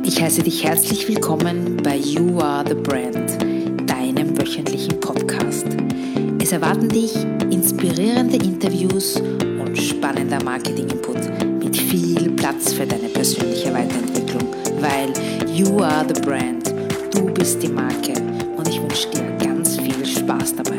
Ich heiße dich herzlich willkommen bei You Are the Brand, deinem wöchentlichen Podcast. Es erwarten dich inspirierende Interviews und spannender Marketing-Input mit viel Platz für deine persönliche Weiterentwicklung, weil You Are the Brand, du bist die Marke und ich wünsche dir ganz viel Spaß dabei.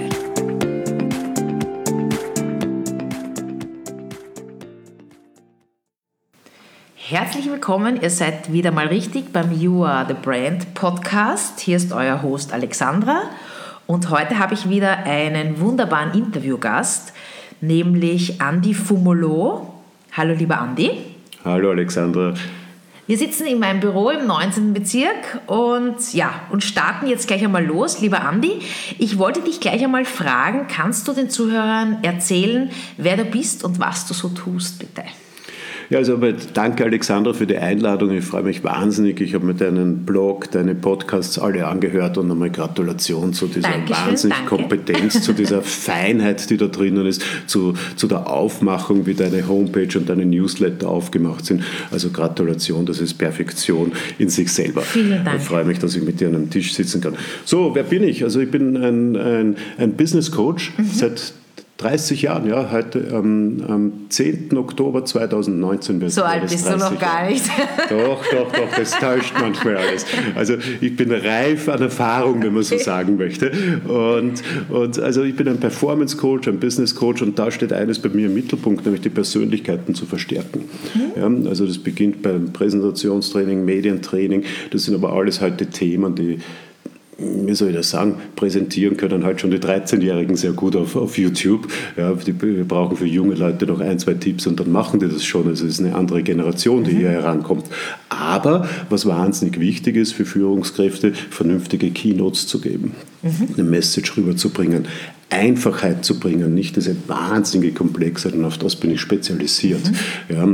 Herzlich willkommen, ihr seid wieder mal richtig beim You Are the Brand Podcast. Hier ist euer Host Alexandra und heute habe ich wieder einen wunderbaren Interviewgast, nämlich Andi Fumolo. Hallo lieber Andi. Hallo Alexandra. Wir sitzen in meinem Büro im 19. Bezirk und starten jetzt gleich einmal los. Lieber Andi, ich wollte dich gleich einmal fragen, kannst du den Zuhörern erzählen, wer du bist und was du so tust, bitte? Ja, also danke Alexandra für die Einladung. Ich freue mich wahnsinnig. Ich habe mir deinen Blog, deine Podcasts alle angehört und nochmal Gratulation zu dieser wahnsinnigen Kompetenz, zu dieser Feinheit, die da drinnen ist, zu der Aufmachung, wie deine Homepage und deine Newsletter aufgemacht sind. Also Gratulation, das ist Perfektion in sich selber. Vielen Dank. Ich freue mich, dass ich mit dir an einem Tisch sitzen kann. So, wer bin ich? Also ich bin ein Business Coach seit 30 Jahren, ja, heute am 10. Oktober 2019. So alt bist du noch gar nicht. Doch, das täuscht manchmal alles. Also ich bin reif an Erfahrung, wenn man so sagen möchte. Und also ich bin ein Performance Coach, ein Business Coach und da steht eines bei mir im Mittelpunkt, nämlich die Persönlichkeiten zu verstärken. Ja, also das beginnt beim Präsentationstraining, Medientraining, das sind aber alles heute Themen, die, wie soll ich das sagen, präsentieren können halt schon die 13-Jährigen sehr gut auf YouTube. Ja, wir brauchen für junge Leute noch 1-2 Tipps und dann machen die das schon. Also es ist eine andere Generation, die hier herankommt. Aber was wahnsinnig wichtig ist für Führungskräfte, vernünftige Keynotes zu geben, eine Message rüberzubringen, Einfachheit zu bringen, nicht diese wahnsinnige Komplexheit, und auf das bin ich spezialisiert. Ja,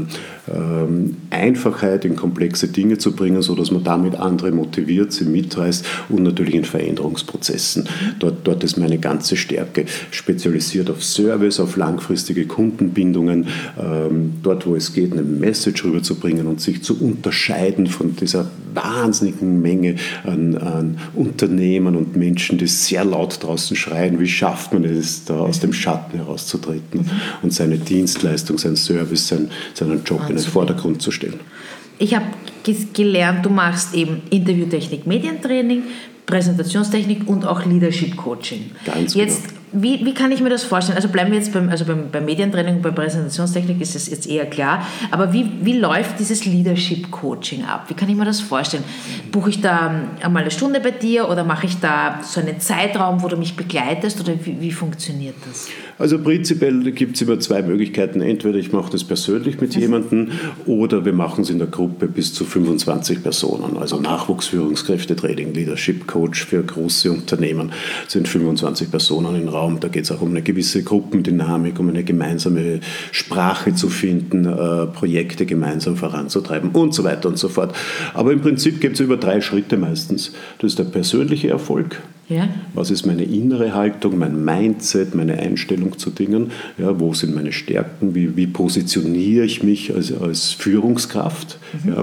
Einfachheit in komplexe Dinge zu bringen, sodass man damit andere motiviert, sie mitreißt und natürlich in Veränderungsprozessen. Dort ist meine ganze Stärke, spezialisiert auf Service, auf langfristige Kundenbindungen, dort wo es geht, eine Message rüberzubringen und sich zu unterscheiden von dieser wahnsinnigen Menge an Unternehmen und Menschen, die sehr laut draußen schreien, wie schafft man es, da aus dem Schatten herauszutreten und seine Dienstleistung, seinen Service, seinen Job in den Vordergrund zu stellen. Ich habe gelernt, du machst eben Interviewtechnik, Medientraining, Präsentationstechnik und auch Leadership Coaching. Ganz jetzt, genau. Wie kann ich mir das vorstellen? Also bleiben wir jetzt beim Medientraining und bei Präsentationstechnik ist es jetzt eher klar, aber wie läuft dieses Leadership Coaching ab? Wie kann ich mir das vorstellen? Buche ich da einmal eine Stunde bei dir oder mache ich da so einen Zeitraum, wo du mich begleitest oder wie funktioniert das? Also prinzipiell gibt es immer 2 Möglichkeiten. Entweder ich mache das persönlich mit jemandem oder wir machen es in der Gruppe bis zu 25 Personen. Also Nachwuchsführungskräftetraining, Leadership Coach für große Unternehmen sind 25 Personen im Raum. Da geht es auch um eine gewisse Gruppendynamik, um eine gemeinsame Sprache zu finden, Projekte gemeinsam voranzutreiben und so weiter und so fort. Aber im Prinzip gibt es über 3 Schritte meistens. Das ist der persönliche Erfolg. Ja. Was ist meine innere Haltung, mein Mindset, meine Einstellung zu Dingen? Ja, wo sind meine Stärken? Wie positioniere ich mich als Führungskraft? Ja.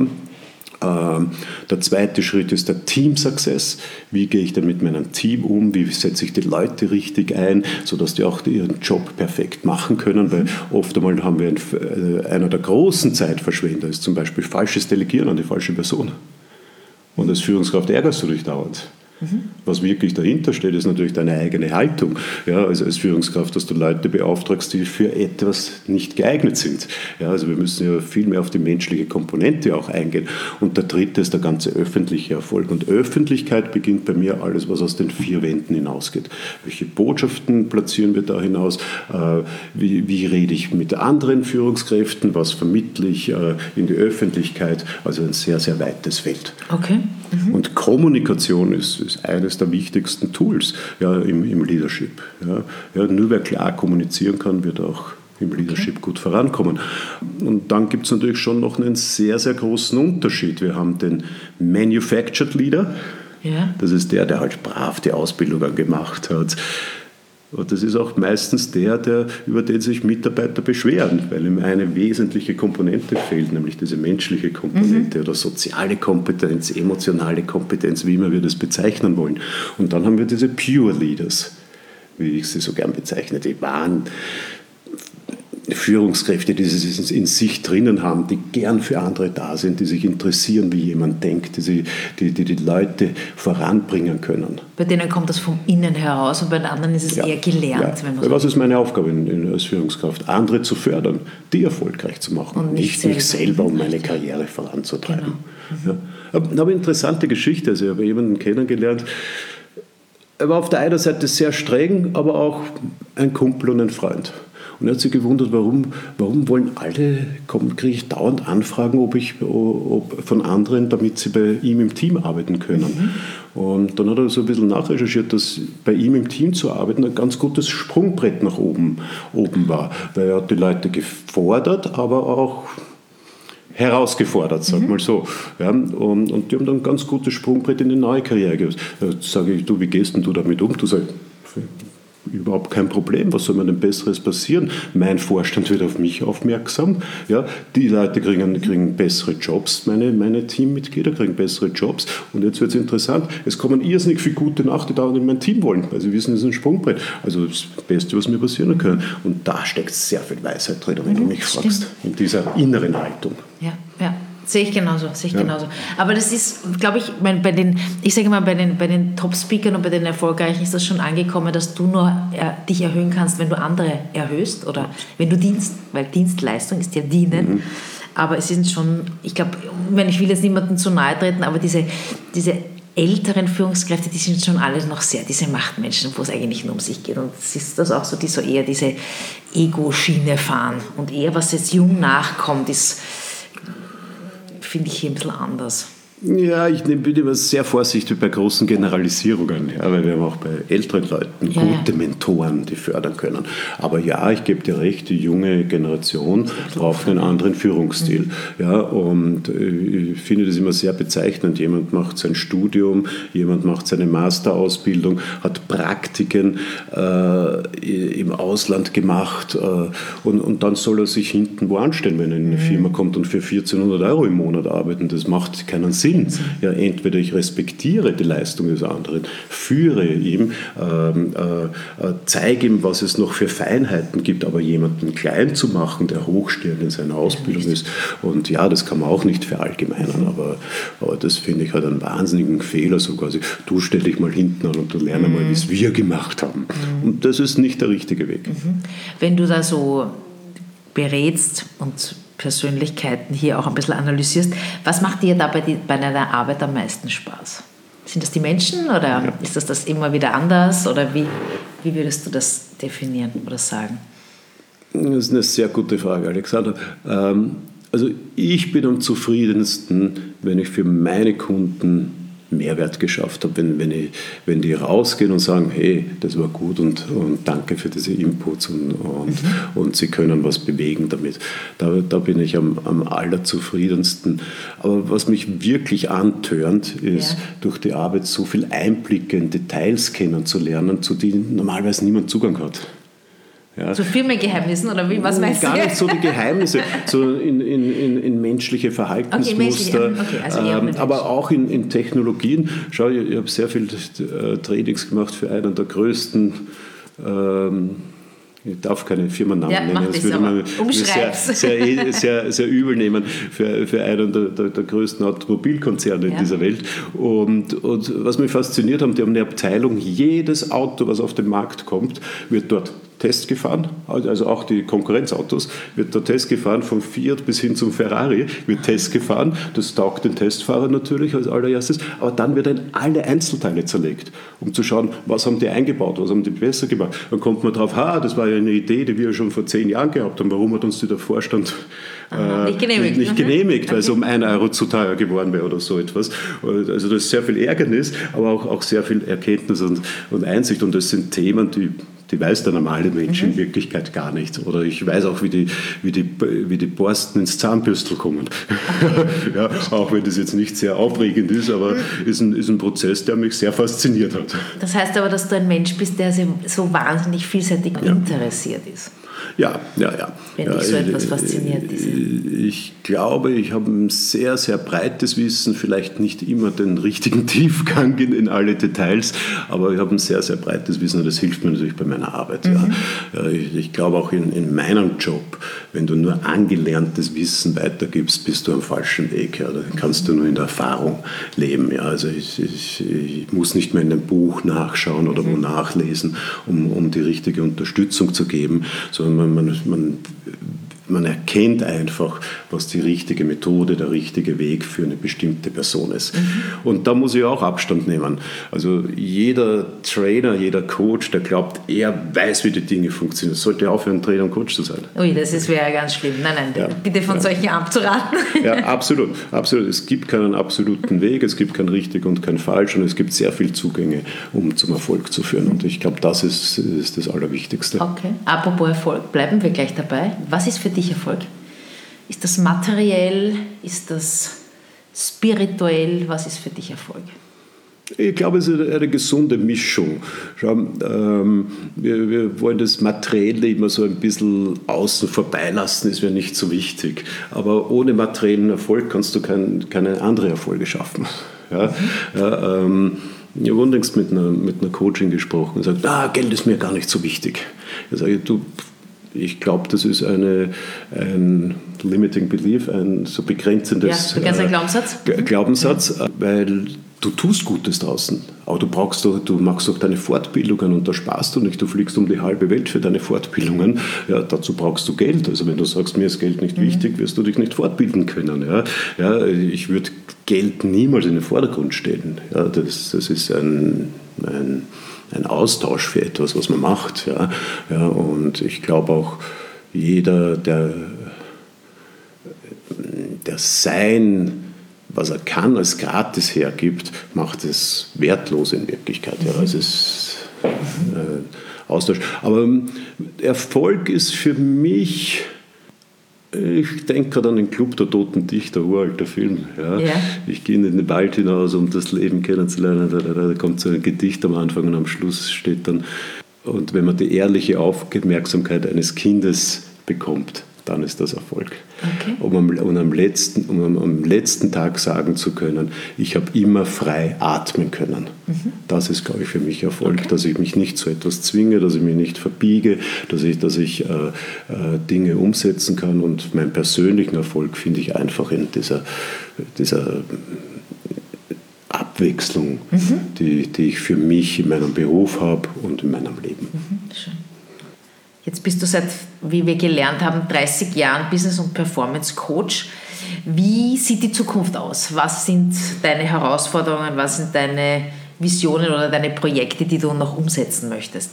Der zweite Schritt ist der Team Success. Wie gehe ich denn mit meinem Team um? Wie setze ich die Leute richtig ein, sodass die auch ihren Job perfekt machen können? Weil oft einmal haben wir einer der großen Zeitverschwender ist zum Beispiel falsches Delegieren an die falsche Person. Und als Führungskraft ärgerst du dich dauernd. Was wirklich dahinter steht, ist natürlich deine eigene Haltung. Ja, also als Führungskraft, dass du Leute beauftragst, die für etwas nicht geeignet sind. Ja, also wir müssen ja viel mehr auf die menschliche Komponente auch eingehen. Und der dritte ist der ganze öffentliche Erfolg. Und Öffentlichkeit beginnt bei mir alles, was aus den 4 Wänden hinausgeht. Welche Botschaften platzieren wir da hinaus? Wie rede ich mit anderen Führungskräften? Was vermittle ich in die Öffentlichkeit? Also ein sehr, sehr weites Feld. Okay. Und Kommunikation ist eines der wichtigsten Tools im Leadership. Ja, nur wer klar kommunizieren kann, wird auch im Leadership gut vorankommen. Und dann gibt es natürlich schon noch einen sehr, sehr großen Unterschied. Wir haben den Manufactured Leader. Ja. Das ist der halt brav die Ausbildung gemacht hat. Und das ist auch meistens über den sich Mitarbeiter beschweren, weil ihm eine wesentliche Komponente fehlt, nämlich diese menschliche Komponente oder soziale Kompetenz, emotionale Kompetenz, wie immer wir das bezeichnen wollen. Und dann haben wir diese Pure Leaders, wie ich sie so gern bezeichne, die wahren Führungskräfte, die es in sich drinnen haben, die gern für andere da sind, die sich interessieren, wie jemand denkt, die Leute voranbringen können. Bei denen kommt das von innen heraus und bei den anderen ist es eher gelernt. Ja. Wenn was ist meine Aufgabe als Führungskraft? Andere zu fördern, die erfolgreich zu machen und nicht mich selber, um meine Karriere voranzutreiben. Genau. Ja. Ich habe eine interessante Geschichte. Also ich habe jemanden kennengelernt, er war auf der einen Seite sehr streng, aber auch ein Kumpel und ein Freund. Und er hat sich gewundert, warum wollen alle, kriege ich dauernd Anfragen, ob von anderen, damit sie bei ihm im Team arbeiten können. Und dann hat er so ein bisschen nachrecherchiert, dass bei ihm im Team zu arbeiten ein ganz gutes Sprungbrett nach oben war. Weil er hat die Leute gefordert, aber auch herausgefordert, sag mal so. Ja, und die haben dann ein ganz gutes Sprungbrett in die neue Karriere gehabt. Da sage ich, wie gehst denn du damit um? Du sagst, überhaupt kein Problem, was soll mir denn Besseres passieren? Mein Vorstand wird auf mich aufmerksam, ja, die Leute kriegen bessere Jobs, meine Teammitglieder kriegen bessere Jobs und jetzt wird es interessant, es kommen irrsinnig viele gute nach, die dauernd in mein Team wollen, weil sie wissen, es ist ein Sprungbrett. Also das Beste, was mir passieren kann. Und da steckt sehr viel Weisheit drin, wenn du mich fragst, in dieser inneren Haltung. Ja. Sehe ich genauso. Aber das ist, glaube ich, bei den Top-Speakern und bei den Erfolgreichen ist das schon angekommen, dass du nur dich erhöhen kannst, wenn du andere erhöhst oder wenn du dienst, weil Dienstleistung ist ja dienen. Aber es sind schon, ich glaube, ich will jetzt niemandem zu nahe treten, aber diese älteren Führungskräfte, die sind schon alle noch sehr diese Machtmenschen, wo es eigentlich nur um sich geht. Und es ist das auch so, die so eher diese Ego-Schiene fahren. Und eher, was jetzt jung nachkommt, ist, finde ich hier ein bisschen anders. Ja, ich bin immer sehr vorsichtig bei großen Generalisierungen, weil wir haben auch bei älteren Leuten gute Mentoren, die fördern können. Aber ja, ich gebe dir recht, die junge Generation braucht einen anderen Führungsstil. Ja, und ich finde das immer sehr bezeichnend. Jemand macht sein Studium, jemand macht seine Masterausbildung, hat Praktiken im Ausland gemacht und dann soll er sich hinten wo anstellen, wenn er in eine Firma kommt und für 1.400 € im Monat arbeiten. Das macht keinen Sinn. Ja, entweder ich respektiere die Leistung des anderen, führe ihm, zeige ihm, was es noch für Feinheiten gibt, aber jemanden klein zu machen, der hochstehend in seiner Ausbildung ist. Und ja, das kann man auch nicht verallgemeinern, aber das finde ich halt einen wahnsinnigen Fehler. So quasi, du stell dich mal hinten an und du lerne mal, wie es wir gemacht haben. Und das ist nicht der richtige Weg. Wenn du da so berätst und Persönlichkeiten hier auch ein bisschen analysierst. Was macht dir da bei deiner Arbeit am meisten Spaß? Sind das die Menschen oder ist das immer wieder anders? Oder wie würdest du das definieren oder sagen? Das ist eine sehr gute Frage, Alexander. Also ich bin am zufriedensten, wenn ich für meine Kunden Mehrwert geschafft habe, wenn die rausgehen und sagen, hey, das war gut und danke für diese Inputs und sie können was bewegen damit. Da bin ich am allerzufriedensten. Aber was mich wirklich antörnt, ist, durch die Arbeit so viel Einblicke in Details kennenzulernen, zu denen normalerweise niemand Zugang hat. Ja. Zu Firmengeheimnissen oder wie? Was meinst du? Gar nicht so die Geheimnisse, so in menschliche Verhaltensmuster, aber auch in Technologien. Schau, ich habe sehr viel Trainings gemacht für einen der größten, ich darf keine Firmennamen nennen, das würde man sehr übel nehmen, für einen der größten Automobilkonzerne in dieser Welt. Und was mich fasziniert haben, die haben eine Abteilung, jedes Auto, was auf den Markt kommt, wird dort Test gefahren, also auch die Konkurrenzautos, wird der Test gefahren, vom Fiat bis hin zum Ferrari wird Test gefahren. Das taugt den Testfahrer natürlich als allererstes, aber dann wird alle Einzelteile zerlegt, um zu schauen, was haben die eingebaut, was haben die besser gemacht. Dann kommt man drauf, das war ja eine Idee, die wir schon vor 10 Jahren gehabt haben, warum hat uns der Vorstand nicht genehmigt, weil es um 1 € zu teuer geworden wäre oder so etwas. Also das ist sehr viel Ärgernis, aber auch sehr viel Erkenntnis und Einsicht und das sind Themen, die die weiß der normale Mensch in Wirklichkeit gar nicht. Oder ich weiß auch, wie die Borsten ins Zahnbürstel kommen. Ja, auch wenn das jetzt nicht sehr aufregend ist, aber ist ein Prozess, der mich sehr fasziniert hat. Das heißt aber, dass du ein Mensch bist, der so wahnsinnig vielseitig interessiert ist. Ja. Wenn dich so etwas fasziniert ist. Ich glaube, ich habe ein sehr, sehr breites Wissen, vielleicht nicht immer den richtigen Tiefgang in alle Details, aber ich habe ein sehr, sehr breites Wissen und das hilft mir natürlich bei meiner Arbeit. Ja. Ich glaube auch in meinem Job, wenn du nur angelerntes Wissen weitergibst, bist du am falschen Weg. Ja. Da kannst du nur in der Erfahrung leben. Ja. Also ich muss nicht mehr in einem Buch nachschauen oder wo nachlesen, um die richtige Unterstützung zu geben, sondern man erkennt einfach, was die richtige Methode, der richtige Weg für eine bestimmte Person ist. Und da muss ich auch Abstand nehmen. Also jeder Trainer, jeder Coach, der glaubt, er weiß, wie die Dinge funktionieren, sollte aufhören, Trainer und Coach zu sein. Ui, das wäre ja ganz schlimm. Nein, bitte von solchen abzuraten. Ja, absolut. Es gibt keinen absoluten Weg, es gibt kein richtig und kein falsch und es gibt sehr viele Zugänge, um zum Erfolg zu führen. Und ich glaube, das ist das Allerwichtigste. Okay. Apropos Erfolg, bleiben wir gleich dabei. Was ist für dich Erfolg? Ist das materiell? Ist das spirituell? Was ist für dich Erfolg? Ich glaube, es ist eine gesunde Mischung. Schau, wir wollen das Materielle immer so ein bisschen außen vorbeilassen, ist mir nicht so wichtig. Aber ohne materiellen Erfolg kannst du keine andere Erfolge schaffen. Ja? Ich habe unlängst mit einer Coaching gesprochen und gesagt, Geld ist mir gar nicht so wichtig. Ich sage, ich glaube, das ist ein limiting belief, ein so begrenzendes Glaubenssatz, weil du tust Gutes draußen, aber du machst auch deine Fortbildungen und da sparst du nicht, du fliegst um die halbe Welt für deine Fortbildungen, ja, dazu brauchst du Geld, also wenn du sagst, mir ist Geld nicht wichtig, wirst du dich nicht fortbilden können. Ja, ich würde Geld niemals in den Vordergrund stellen, ja, das ist ein Austausch für etwas, was man macht. Ja, und ich glaube auch, jeder, der sein, was er kann, als gratis hergibt, macht es wertlos in Wirklichkeit. Ja, es ist Austausch. Aber Erfolg ist für mich... Ich denke gerade an den Club der Toten Dichter, uralter Film. Ja. Ja. Ich gehe in den Wald hinaus, um das Leben kennenzulernen. Da kommt so ein Gedicht am Anfang und am Schluss steht dann, und wenn man die ehrliche Aufmerksamkeit eines Kindes bekommt, dann ist das Erfolg. Okay. Um am letzten Tag sagen zu können, ich habe immer frei atmen können. Das ist, glaube ich, für mich Erfolg, dass ich mich nicht zu etwas zwinge, dass ich mich nicht verbiege, dass ich Dinge umsetzen kann. Und meinen persönlichen Erfolg finde ich einfach in dieser Abwechslung, die ich für mich in meinem Beruf habe und in meinem Leben. Schön. Jetzt bist du seit, wie wir gelernt haben, 30 Jahren Business- und Performance-Coach. Wie sieht die Zukunft aus? Was sind deine Herausforderungen? Was sind deine Visionen oder deine Projekte, die du noch umsetzen möchtest?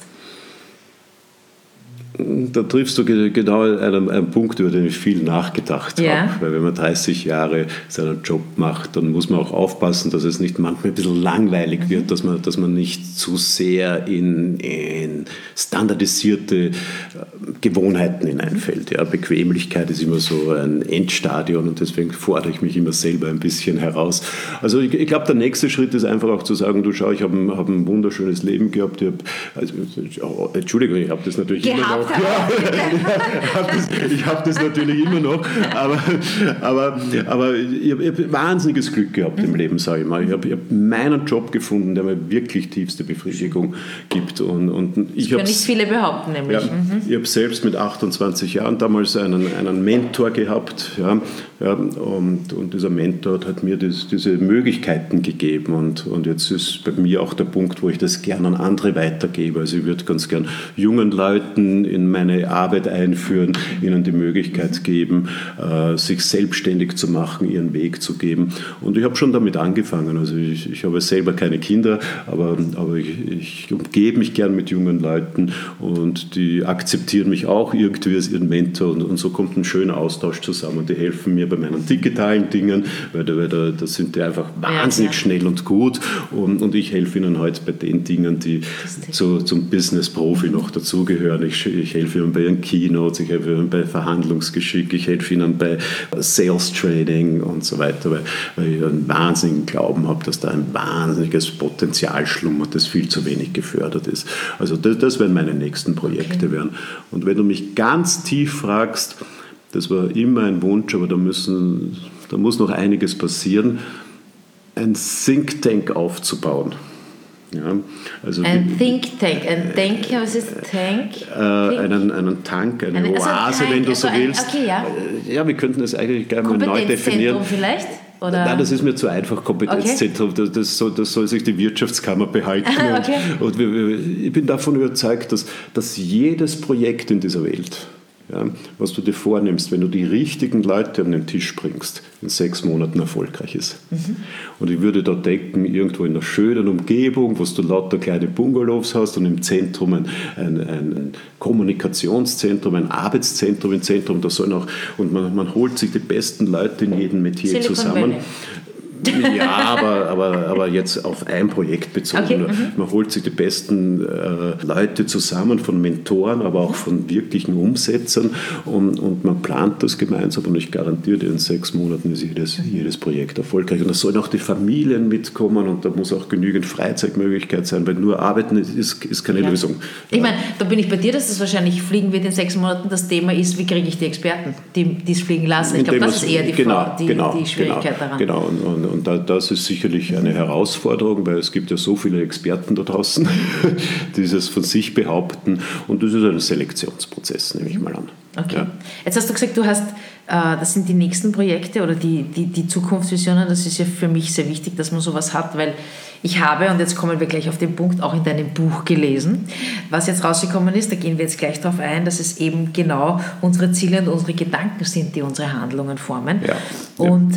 Da triffst du genau einen Punkt, über den ich viel nachgedacht habe. Weil wenn man 30 Jahre seinen Job macht, dann muss man auch aufpassen, dass es nicht manchmal ein bisschen langweilig wird, dass man nicht zu sehr in standardisierte Gewohnheiten hineinfällt. Ja, Bequemlichkeit ist immer so ein Endstadion und deswegen fordere ich mich immer selber ein bisschen heraus. Also ich glaube, der nächste Schritt ist einfach auch zu sagen, du schau, ich habe ein wunderschönes Leben gehabt. Entschuldigung, ich habe das natürlich immer noch. Ja, ich habe das natürlich immer noch, aber ich habe wahnsinniges Glück gehabt im Leben, sage ich mal. Ich habe meinen Job gefunden, der mir wirklich tiefste Befriedigung gibt. Und ich das können nicht viele behaupten, nämlich. Ja, ich habe selbst mit 28 Jahren damals einen Mentor gehabt, und dieser Mentor hat mir diese Möglichkeiten gegeben und jetzt ist bei mir auch der Punkt, wo ich das gerne an andere weitergebe. Also ich würde ganz gern jungen Leuten in meine Arbeit einführen, ihnen die Möglichkeit geben, sich selbstständig zu machen, ihren Weg zu geben. Und ich habe schon damit angefangen. Also ich habe selber keine Kinder, aber ich umgebe mich gern mit jungen Leuten und die akzeptieren mich auch irgendwie als ihren Mentor und so kommt ein schöner Austausch zusammen und die helfen mir bei meinen digitalen Dingen, weil da sind die einfach wahnsinnig schnell und gut und ich helfe ihnen halt bei den Dingen, die zum Business-Profi noch dazugehören. Ich helfe ihnen bei ihren Keynotes, ich helfe ihnen bei Verhandlungsgeschick, ich helfe ihnen bei Sales-Training und so weiter, weil ich einen wahnsinnigen Glauben habe, dass da ein wahnsinniges Potenzial schlummert, das viel zu wenig gefördert ist. Also das werden meine nächsten Projekte werden. Und wenn du mich ganz tief fragst, das war immer ein Wunsch, aber da muss noch einiges passieren, ein Think Tank aufzubauen. Ja, also ein Think Tank, was ist Tank? Einen Tank, eine Oase, wenn du so willst. Okay, ja. Ja, wir könnten das eigentlich gleich mal neu definieren. Kompetenzzentrum vielleicht? Oder? Nein, das ist mir zu einfach, Kompetenzzentrum. Okay. Das soll sich die Wirtschaftskammer behalten. Okay. Und ich bin davon überzeugt, dass jedes Projekt in dieser Welt, ja, was du dir vornimmst, wenn du die richtigen Leute an den Tisch bringst, in 6 Monaten erfolgreich ist. Und ich würde da denken, irgendwo in einer schönen Umgebung, wo du lauter kleine Bungalows hast und im Zentrum ein Kommunikationszentrum, ein Arbeitszentrum im Zentrum, da sollen auch, und man holt sich die besten Leute in jedem Metier Silicon zusammen. Valley. Ja, aber jetzt auf ein Projekt bezogen. Okay. Man holt sich die besten Leute zusammen, von Mentoren, aber auch von wirklichen Umsetzern und man plant das gemeinsam und ich garantiere dir, in 6 Monaten ist jedes Projekt erfolgreich. Und da sollen auch die Familien mitkommen und da muss auch genügend Freizeitmöglichkeit sein, weil nur arbeiten ist keine Lösung. Ich meine, da bin ich bei dir, dass das wahrscheinlich fliegen wird in 6 Monaten. Das Thema ist, wie kriege ich die Experten, die es fliegen lassen. Ich glaube, das ist eher die Schwierigkeit daran. Genau. Und das ist sicherlich eine Herausforderung, weil es gibt ja so viele Experten da draußen, die das von sich behaupten. Und das ist ein Selektionsprozess, nehme ich mal an. Okay. Ja. Jetzt hast du gesagt, das sind die nächsten Projekte oder die Zukunftsvisionen. Das ist ja für mich sehr wichtig, dass man sowas hat, weil ich habe, und jetzt kommen wir gleich auf den Punkt, auch in deinem Buch gelesen, was jetzt rausgekommen ist, da gehen wir jetzt gleich darauf ein, dass es eben genau unsere Ziele und unsere Gedanken sind, die unsere Handlungen formen. Ja. Und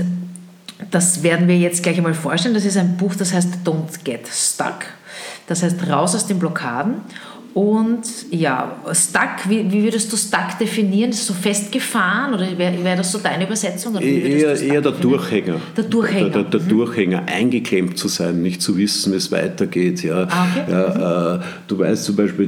das werden wir jetzt gleich einmal vorstellen. Das ist ein Buch, das heißt Don't Get Stuck. Das heißt, raus aus den Blockaden. Und ja, stuck, wie würdest du stuck definieren? Ist das so festgefahren oder wäre das so deine Übersetzung? Oder eher der Durchhänger. Der Durchhänger. Der Durchhänger, eingeklemmt zu sein, nicht zu wissen, wie es weitergeht. Ja. Okay. Ja, du weißt zum Beispiel,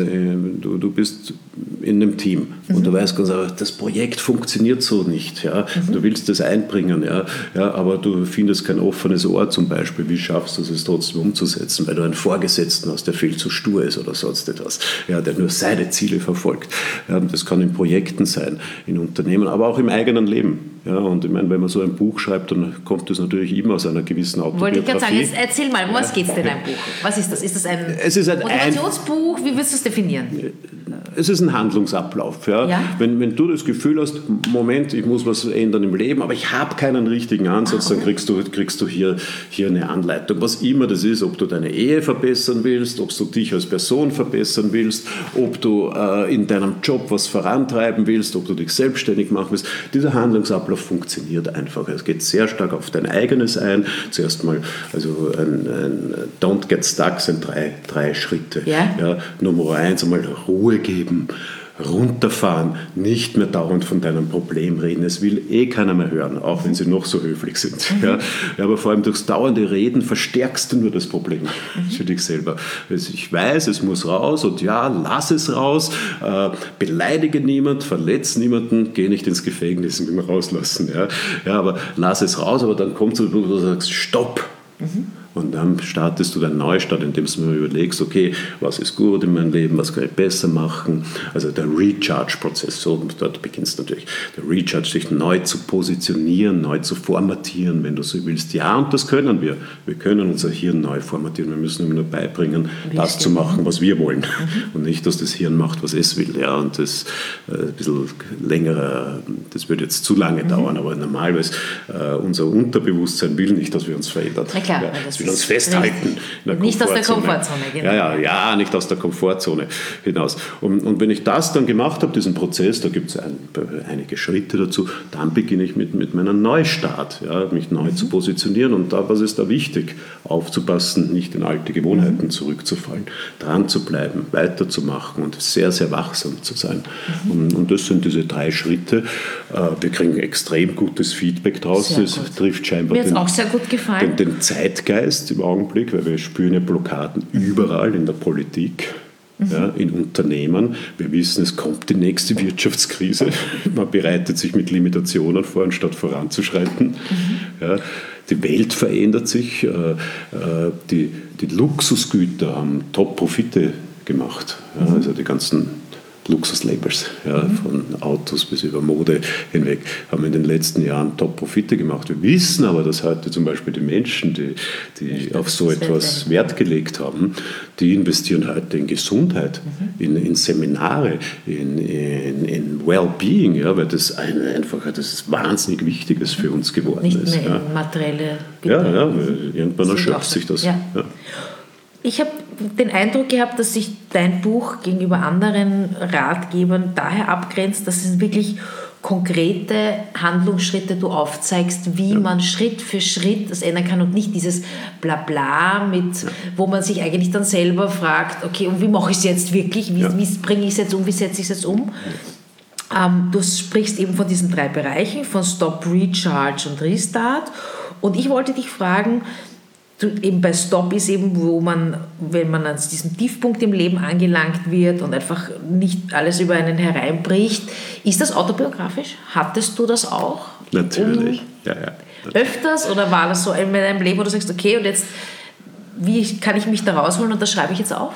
du bist in einem Team und du weißt ganz einfach, das Projekt funktioniert so nicht. Ja. Du willst das einbringen, ja, aber du findest kein offenes Ohr zum Beispiel. Wie schaffst du es trotzdem umzusetzen, weil du einen Vorgesetzten hast, der viel zu stur ist oder sonst etwas, ja, der nur seine Ziele verfolgt. Ja, das kann in Projekten sein, in Unternehmen, aber auch im eigenen Leben. Ja, und ich meine, wenn man so ein Buch schreibt, dann kommt das natürlich immer aus einer gewissen Autobiografie. Wollte ich gerade sagen, jetzt erzähl mal, um was geht es denn in einem Buch? Was ist das? Ist das ein Motivationsbuch? Wie würdest du es definieren? Es ist ein Handlungsablauf. Ja? Ja? Wenn du das Gefühl hast, Moment, ich muss was ändern im Leben, aber ich habe keinen richtigen Ansatz, dann kriegst du hier eine Anleitung. Was immer das ist, ob du deine Ehe verbessern willst, ob du dich als Person verbessern willst, ob du in deinem Job was vorantreiben willst, ob du dich selbstständig machen willst. Dieser Handlungsablauf funktioniert einfach. Es geht sehr stark auf dein eigenes ein. Zuerst mal, also ein Don't Get Stuck sind drei Schritte. Ja? Ja, Nummer 1, einmal Ruhe geben, runterfahren, nicht mehr dauernd von deinem Problem reden. Es will keiner mehr hören, auch wenn sie noch so höflich sind. Ja, aber vor allem durchs dauernde Reden verstärkst du nur das Problem für dich selber. Ich weiß, es muss raus und ja, lass es raus, beleidige niemand, verletz niemanden, geh nicht ins Gefängnis und immer rauslassen. Ja, aber lass es raus, aber dann kommt so, wo du sagst, stopp. Und dann startest du deinen Neustart, indem du mir überlegst, okay, was ist gut in meinem Leben, was kann ich besser machen. Also der Recharge-Prozess, so dort beginnst du natürlich. Der Recharge, sich neu zu positionieren, neu zu formatieren, wenn du so willst. Ja, und das können wir. Wir können unser Hirn neu formatieren. Wir müssen ihm nur beibringen, das zu machen, was wir wollen. Und nicht, dass das Hirn macht, was es will. Ja, und das ein bisschen länger, das würde jetzt zu lange dauern, aber normalerweise unser Unterbewusstsein will nicht, dass wir uns verändern. Na klar, es will uns festhalten. Nicht aus der Komfortzone, genau. Ja, nicht aus der Komfortzone hinaus. Und wenn ich das dann gemacht habe, diesen Prozess, da gibt es einige Schritte dazu, dann beginne ich mit meinem Neustart, mich neu zu positionieren. Und was ist da wichtig? Aufzupassen, nicht in alte Gewohnheiten zurückzufallen, dran zu bleiben, weiterzumachen und sehr, sehr wachsam zu sein. Und das sind diese 3 Schritte. Wir kriegen extrem gutes Feedback draus. Das trifft scheinbar den Zeitgeist im Augenblick, weil wir spüren ja Blockaden überall in der Politik. In Unternehmen. Wir wissen, es kommt die nächste Wirtschaftskrise. Man bereitet sich mit Limitationen vor, anstatt voranzuschreiten. Die Welt verändert sich. Die Luxusgüter haben Top-Profite gemacht. Also die ganzen Luxuslabels, von Autos bis über Mode hinweg, haben in den letzten Jahren Top-Profite gemacht. Wir wissen aber, dass heute zum Beispiel die Menschen, die auf so etwas Wert gelegt haben, die investieren heute in Gesundheit, in Seminare, in Wellbeing, weil das einfach das wahnsinnig Wichtiges für uns geworden ist. Nicht mehr in materielle Güter. Irgendwann erschöpft sich das. Ja. Ich habe den Eindruck gehabt, dass sich dein Buch gegenüber anderen Ratgebern daher abgrenzt, dass es wirklich konkrete Handlungsschritte du aufzeigst, wie man Schritt für Schritt das ändern kann und nicht dieses Blabla, wo man sich eigentlich dann selber fragt, okay, und wie mache ich es jetzt wirklich, wie bringe ich es jetzt um, wie setze ich es jetzt um? Du sprichst eben von diesen 3 Bereichen, von Stop, Recharge und Restart. Und ich wollte dich fragen, eben bei Stop ist eben, wo man, wenn man an diesem Tiefpunkt im Leben angelangt wird und einfach nicht alles über einen hereinbricht. Ist das autobiografisch? Hattest du das auch? Natürlich, Öfters oder war das so in deinem Leben, wo du sagst, okay, und jetzt, wie kann ich mich da rausholen und das schreibe ich jetzt auf?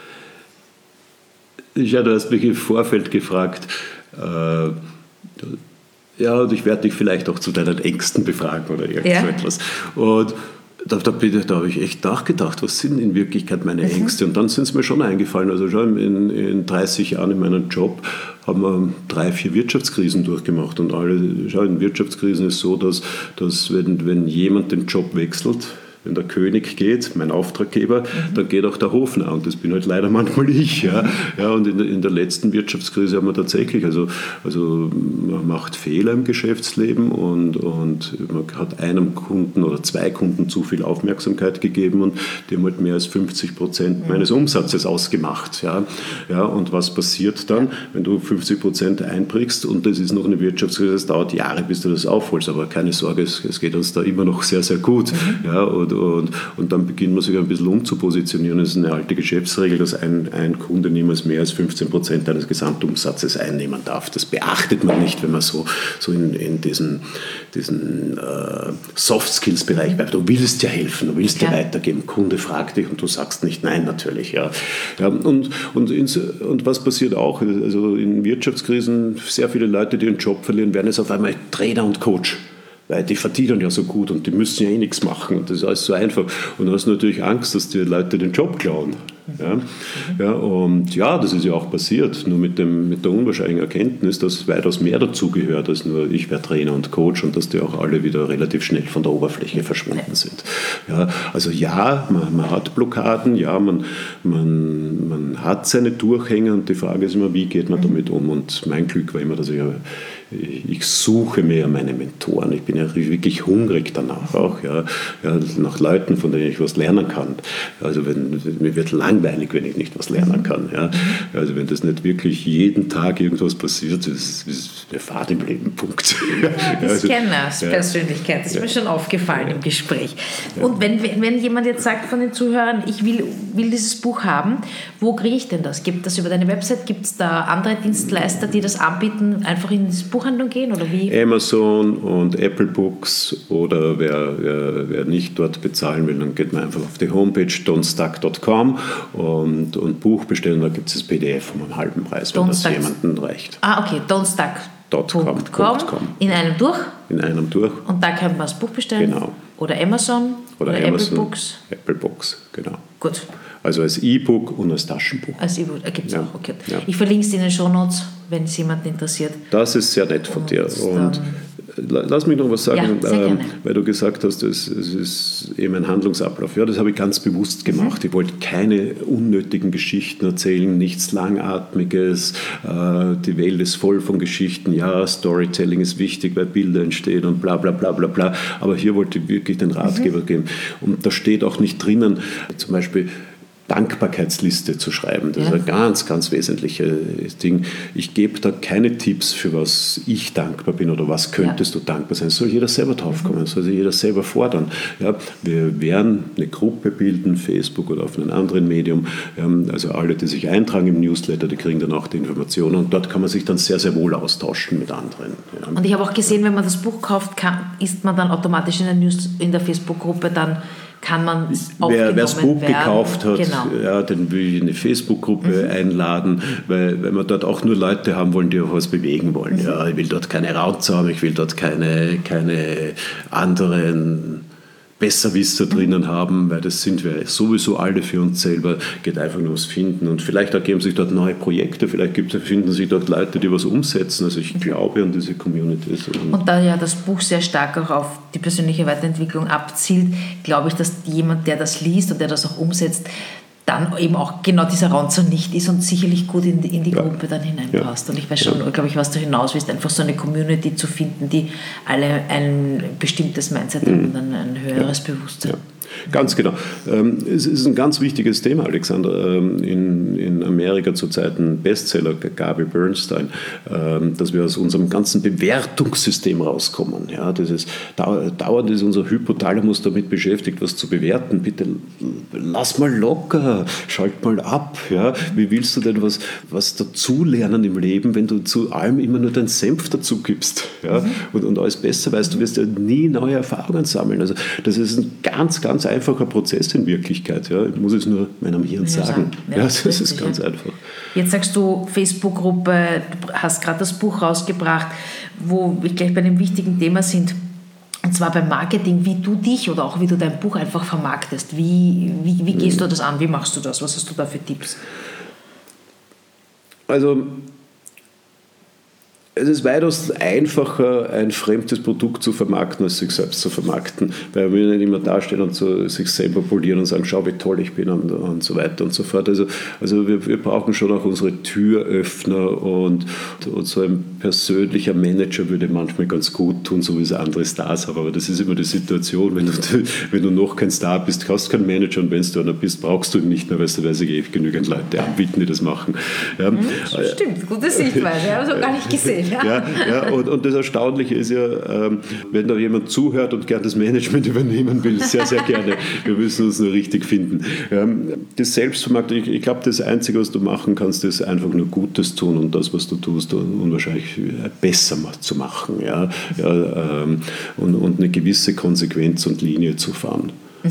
Ja, du hast mich im Vorfeld gefragt, und ich werde dich vielleicht auch zu deinen Ängsten befragen oder irgend so etwas. Und da habe ich echt nachgedacht, was sind in Wirklichkeit meine Ängste? Und dann sind es mir schon eingefallen. Also schon in 30 Jahren in meinem Job haben wir 3, 4 Wirtschaftskrisen durchgemacht. Und in Wirtschaftskrisen ist so, dass wenn jemand den Job wechselt, wenn der König geht, mein Auftraggeber, dann geht auch der Hofnarr. Und das bin halt leider manchmal ich. Und in der letzten Wirtschaftskrise haben wir tatsächlich, also man macht Fehler im Geschäftsleben und man hat einem Kunden oder 2 Kunden zu viel Aufmerksamkeit gegeben und die haben halt mehr als 50% meines Umsatzes ausgemacht. Und was passiert dann, wenn du 50% einbringst und das ist noch eine Wirtschaftskrise, es dauert Jahre, bis du das aufholst, aber keine Sorge, es geht uns da immer noch sehr, sehr gut. Und dann beginnt man sich ein bisschen umzupositionieren. Das ist eine alte Geschäftsregel, dass ein Kunde niemals mehr als 15% eines Gesamtumsatzes einnehmen darf. Das beachtet man nicht, wenn man so in diesen Soft-Skills-Bereich bleibt. Du willst ja helfen, du willst ja weitergeben. Kunde fragt dich und du sagst nicht nein, natürlich. Und was passiert auch? Also in Wirtschaftskrisen, sehr viele Leute, die ihren Job verlieren, werden jetzt auf einmal Trainer und Coach. Weil die verdienen ja so gut und die müssen ja nichts machen und das ist alles so einfach. Und du hast natürlich Angst, dass die Leute den Job klauen. Das ist ja auch passiert, nur mit der unwahrscheinlichen Erkenntnis, dass weitaus mehr dazugehört als nur ich wäre Trainer und Coach und dass die auch alle wieder relativ schnell von der Oberfläche verschwunden sind. Also man hat Blockaden, man hat seine Durchhänge und die Frage ist immer, wie geht man damit um? Und mein Glück war immer, dass ich suche mir meine Mentoren. Ich bin ja wirklich hungrig danach auch, nach Leuten, von denen ich was lernen kann. Also mir wird langweilig, wenn ich nicht was lernen kann. Also wenn das nicht wirklich jeden Tag irgendwas passiert, ist eine Fahrt im Leben, Punkt. Das kennen wir als Persönlichkeit. Das ist mir schon aufgefallen im Gespräch. Und wenn jemand jetzt sagt von den Zuhörern, ich will dieses Buch haben, wo kriege ich denn das? Gibt das über deine Website? Gibt es da andere Dienstleister, die das anbieten, einfach in das Buchhandlung gehen oder wie? Amazon und Apple Books oder wer nicht dort bezahlen will, dann geht man einfach auf die Homepage don'tstuck.com und Buch bestellen, da gibt es das PDF um einen halben Preis, wenn das jemandem reicht. Okay, don'tstuck.com in einem durch? In einem durch. Und da kann man das Buch bestellen? Genau. Oder Amazon? Oder Amazon, Apple Books? Apple Books, genau. Gut. Also als E-Book und als Taschenbuch. Als E-Book, gibt es auch, okay. Ja. Ich verlinke es in den Shownotes, wenn es jemanden interessiert. Das ist sehr nett von dir. Und lass mich noch was sagen, Ja, weil du gesagt hast, es ist eben ein Handlungsablauf. Ja, das habe ich ganz bewusst gemacht. Ich wollte keine unnötigen Geschichten erzählen, nichts Langatmiges. Die Welt ist voll von Geschichten. Ja, Storytelling ist wichtig, weil Bilder entstehen und bla bla bla bla bla. Aber hier wollte ich wirklich den Ratgeber geben. Und da steht auch nicht drinnen, zum Beispiel Dankbarkeitsliste zu schreiben. Das ist ein ganz, ganz wesentliches Ding. Ich gebe da keine Tipps, für was ich dankbar bin oder was könntest du dankbar sein. Es soll jeder selber draufkommen, es soll sich jeder selber fordern. Ja, wir werden eine Gruppe bilden, Facebook oder auf einem anderen Medium. Also alle, die sich eintragen im Newsletter, die kriegen dann auch die Informationen und dort kann man sich dann sehr, sehr wohl austauschen mit anderen. Ja. Und ich habe auch gesehen, wenn man das Buch kauft, ist man dann automatisch in der Facebook-Gruppe, dann kann man wer das Buch gekauft hat, ja, den will ich in eine Facebook-Gruppe einladen, weil wir dort auch nur Leute haben wollen, die auch was bewegen wollen. Ja, ich will dort keine Raunze haben, ich will dort keine anderen Besserwisser drinnen haben, weil das sind wir sowieso alle für uns selber, geht einfach nur ums Finden und vielleicht ergeben sich dort neue Projekte, vielleicht finden sich dort Leute, die was umsetzen, also ich glaube an diese Communities. Und da ja das Buch sehr stark auch auf die persönliche Weiterentwicklung abzielt, glaube ich, dass jemand, der das liest und der das auch umsetzt, dann eben auch genau dieser Raunzer nicht ist und sicherlich gut in die Gruppe dann hineinpasst. Und ich weiß schon, glaube ich, was du hinaus willst, einfach so eine Community zu finden, die alle ein bestimmtes Mindset haben und ein höheres Bewusstsein. Ja. Ganz genau. Es ist ein ganz wichtiges Thema, Alexander. In Amerika zurzeit ein Bestseller, Gabi Bernstein, dass wir aus unserem ganzen Bewertungssystem rauskommen. Ja, das ist, dauernd ist unser Hypothalamus damit beschäftigt, was zu bewerten. Bitte lass mal locker, schalt mal ab. Ja. Wie willst du denn was dazulernen im Leben, wenn du zu allem immer nur deinen Senf dazu gibst? Ja? Und alles besser weißt, du wirst ja nie neue Erfahrungen sammeln. Also das ist ein ganz, ganz einfacher Prozess in Wirklichkeit. Ja. Ich muss es nur meinem Hirn sagen. Ja, das ist ganz einfach. Jetzt sagst du Facebook-Gruppe, du hast gerade das Buch rausgebracht, wo wir gleich bei einem wichtigen Thema sind, und zwar beim Marketing, wie du dich oder auch wie du dein Buch einfach vermarktest. Wie gehst du das an? Wie machst du das? Was hast du da für Tipps? Also es ist weitaus einfacher, ein fremdes Produkt zu vermarkten, als sich selbst zu vermarkten. Weil wir nicht immer dastehen und so sich selber polieren und sagen, schau, wie toll ich bin und so weiter und so fort. Also wir brauchen schon auch unsere Türöffner und so ein persönlicher Manager würde manchmal ganz gut tun, so wie es andere Stars haben. Aber das ist immer die Situation, wenn du noch kein Star bist, hast keinen Manager und wenn du einer bist, brauchst du ihn nicht mehr, weil es genügend Leute anbieten, die das machen. Ja. Stimmt, gute Sichtweise, habe ich so gar nicht gesehen. Ja, und das Erstaunliche ist ja, wenn da jemand zuhört und gern das Management übernehmen will, sehr, sehr gerne. Wir müssen uns nur richtig finden. Das Selbstvermarktung, ich glaube, das Einzige, was du machen kannst, ist einfach nur Gutes tun und das, was du tust, unwahrscheinlich besser zu machen. Ja? Und eine gewisse Konsequenz und Linie zu fahren.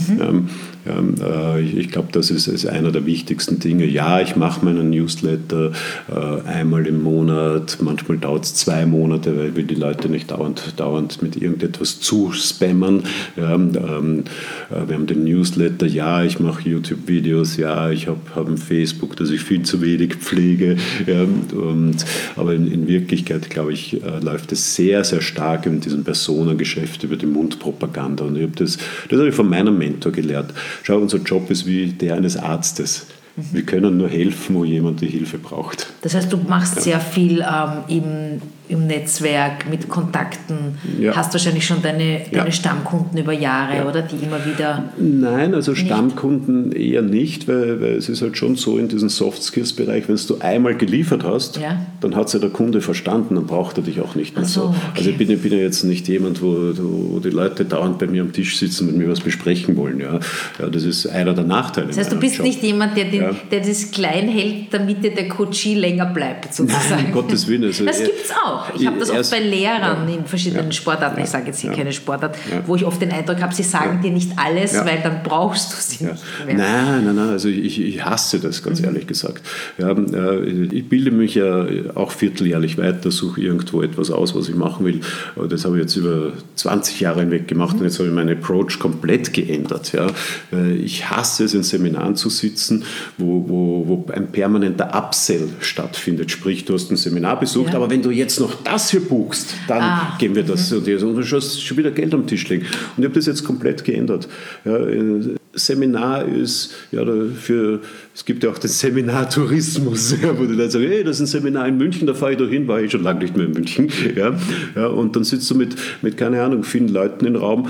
Ich glaube, das ist einer der wichtigsten Dinge. Ja, ich mache meinen Newsletter einmal im Monat, manchmal dauert es 2 Monate, weil wir die Leute nicht dauernd mit irgendetwas zuspammen. Wir haben den Newsletter, ja, ich mache YouTube-Videos, ja, ich habe ein Facebook, das ich viel zu wenig pflege. Aber in Wirklichkeit, glaube ich, läuft es sehr, sehr stark in diesem Personengeschäft über die Mundpropaganda. Und das habe ich von meinem Mentor gelernt. Schau, unser Job ist wie der eines Arztes. Wir können nur helfen, wo jemand die Hilfe braucht. Das heißt, du machst sehr viel im Netzwerk, mit Kontakten, hast wahrscheinlich schon deine Stammkunden über Jahre, oder? Die immer wieder... Nein, also Stammkunden eher nicht, weil es ist halt schon so in diesem Soft-Skills-Bereich, wenn du einmal geliefert hast, dann hat es ja der Kunde verstanden, dann braucht er dich auch nicht mehr so. Okay. Also ich bin ja jetzt nicht jemand, wo die Leute dauernd bei mir am Tisch sitzen und mit mir was besprechen wollen. Ja, das ist einer der Nachteile. Das heißt, du bist nicht jemand, der das klein hält, damit der Coachie länger bleibt, sozusagen. Nein, um Gottes Willen. Also das gibt es auch. Ich habe das oft bei Lehrern in verschiedenen Sportarten, ich sage jetzt hier keine Sportart, wo ich oft den Eindruck habe, sie sagen dir nicht alles, weil dann brauchst du sie nicht mehr. Nein, also ich hasse das, ganz ehrlich gesagt. Ich bilde mich ja auch vierteljährlich weiter, suche irgendwo etwas aus, was ich machen will. Das habe ich jetzt über 20 Jahre hinweg gemacht und jetzt habe ich meinen Approach komplett geändert. Ja. Ich hasse es, in Seminaren zu sitzen, wo ein permanenter Upsell stattfindet. Sprich, du hast ein Seminar besucht, aber wenn du jetzt noch das hier buchst, dann geben wir das. Und du schon wieder Geld am Tisch legen. Und ich habe das jetzt komplett geändert. Ja, Seminar ist es gibt ja auch den Seminartourismus, ja, wo die Leute sagen, hey, das ist ein Seminar in München, da fahre ich doch hin, war ich schon lange nicht mehr in München. Ja, und dann sitzt du mit keine Ahnung, vielen Leuten im Raum,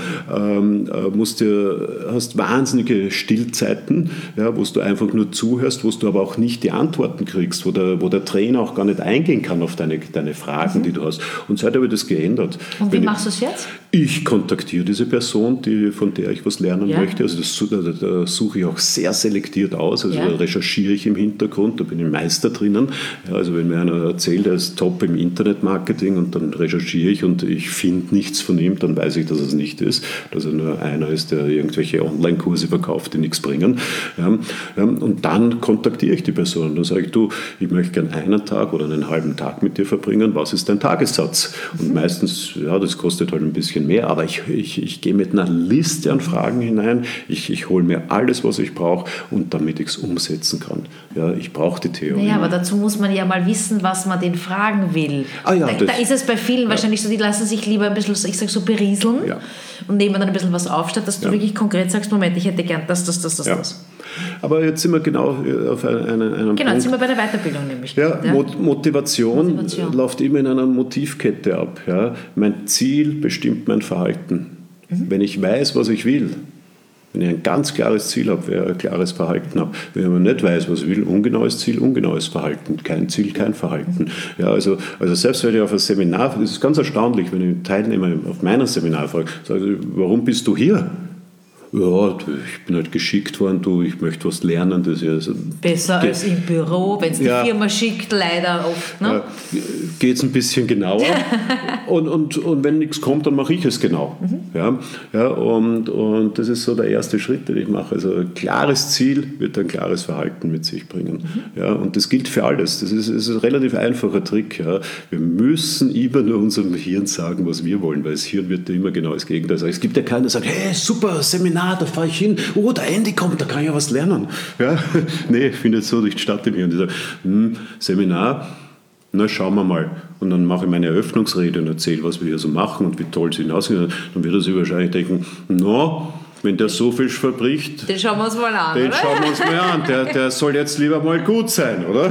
hast wahnsinnige Stillzeiten, ja, wo du einfach nur zuhörst, wo du aber auch nicht die Antworten kriegst, wo der Trainer auch gar nicht eingehen kann auf deine Fragen, die du hast. Und seitdem habe ich das geändert. Und wie machst du es jetzt? Ich kontaktiere diese Person, von der ich was lernen möchte. Also da suche ich auch sehr selektiert aus. Also da recherchiere ich im Hintergrund, da bin ich Meister drinnen. Ja, also wenn mir einer erzählt, er ist top im Internetmarketing und dann recherchiere ich und ich finde nichts von ihm, dann weiß ich, dass es nicht ist. Dass er nur einer ist, der irgendwelche Online-Kurse verkauft, die nichts bringen. Ja, und dann kontaktiere ich die Person. Dann sage ich, du, ich möchte gerne einen Tag oder einen halben Tag mit dir verbringen. Was ist dein Tagessatz? Und meistens, das kostet halt ein bisschen mehr, aber ich gehe mit einer Liste an Fragen hinein. Ich hole mir alles, was ich brauche und damit ich es umsetzen kann. Ja, ich brauche die Theorie. Naja, aber dazu muss man ja mal wissen, was man den fragen will. Da ist es bei vielen wahrscheinlich so, die lassen sich lieber ein bisschen, ich sage so, berieseln und nehmen dann ein bisschen was auf, statt dass du wirklich konkret sagst, Moment, ich hätte gern das. Aber jetzt sind wir genau auf einem Punkt. Jetzt sind wir bei der Weiterbildung nämlich. Ja, Motivation läuft immer in einer Motivkette ab. Ja. Mein Ziel bestimmt mein Verhalten. Wenn ich weiß, was ich will, wenn ich ein ganz klares Ziel habe, ein klares Verhalten habe, wenn man nicht weiß, was ich will, ungenaues Ziel, ungenaues Verhalten, kein Ziel, kein Verhalten. Ja, also selbst wenn ich auf ein Seminar, das ist ganz erstaunlich, wenn ich Teilnehmer auf meinem Seminar frage, sage ich, warum bist du hier? Ja, ich bin halt geschickt worden, ich möchte was lernen. Das ist besser als im Büro, wenn es die Firma schickt, leider oft. Ne? Geht es ein bisschen genauer und wenn nichts kommt, dann mache ich es genau. Und das ist so der erste Schritt, den ich mache. Also ein klares Ziel wird ein klares Verhalten mit sich bringen. Ja, und das gilt für alles. Das ist ein relativ einfacher Trick. Ja. Wir müssen immer nur unserem Hirn sagen, was wir wollen, weil das Hirn wird immer genau das Gegenteil sagen. Es gibt ja keinen, der sagt, hey, super, Seminar, da fahre ich hin, der Andy kommt, da kann ich ja was lernen. Ja? Nee, ich finde es so durch die Stadt im Hirn. Die sagen, Seminar, na schauen wir mal. Und dann mache ich meine Eröffnungsrede und erzähle, was wir hier so machen und wie toll sie hinausgehen. Dann wird er sich wahrscheinlich denken, wenn der so viel verbricht, den schauen wir uns mal an. Der soll jetzt lieber mal gut sein, oder?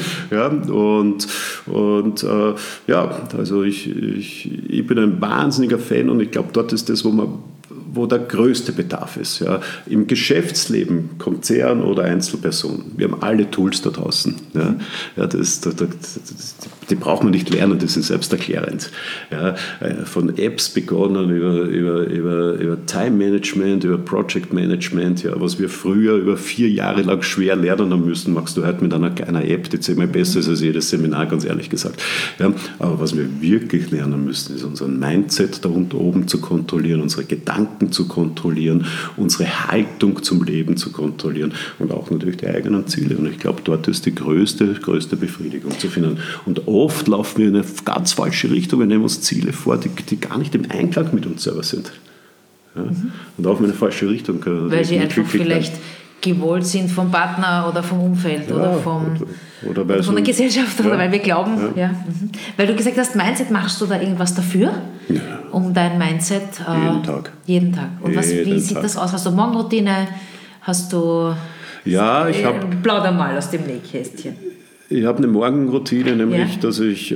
Also ich bin ein wahnsinniger Fan und ich glaube, dort ist das, wo der größte Bedarf ist. Ja. Im Geschäftsleben, Konzern oder Einzelpersonen, wir haben alle Tools da draußen. Ja. Die braucht man nicht lernen, das ist selbsterklärend. Ja. Von Apps begonnen, über Time-Management, über Project-Management, was wir früher über 4 Jahre lang schwer lernen haben müssen, machst du heute mit einer App, die 10-mal besser ist als jedes Seminar, ganz ehrlich gesagt. Ja. Aber was wir wirklich lernen müssen, ist unseren Mindset da oben zu kontrollieren, unsere Gedanken zu kontrollieren, unsere Haltung zum Leben zu kontrollieren und auch natürlich die eigenen Ziele. Und ich glaube, dort ist die größte Befriedigung zu finden. Und oft laufen wir in eine ganz falsche Richtung. Wir nehmen uns Ziele vor, die gar nicht im Einklang mit uns selber sind. Ja? Und auch in eine falsche Richtung. Weil sie einfach vielleicht gewollt sind vom Partner oder vom Umfeld oder von der Gesellschaft, oder weil wir glauben. Ja. Weil du gesagt hast, Mindset, machst du da irgendwas dafür? Ja. Um dein Mindset? Jeden Tag. Und wie sieht das aus? Hast du Morgenroutine? Hast du... Ja, plauder mal aus dem Nähkästchen. Ich habe eine Morgenroutine, nämlich, dass ich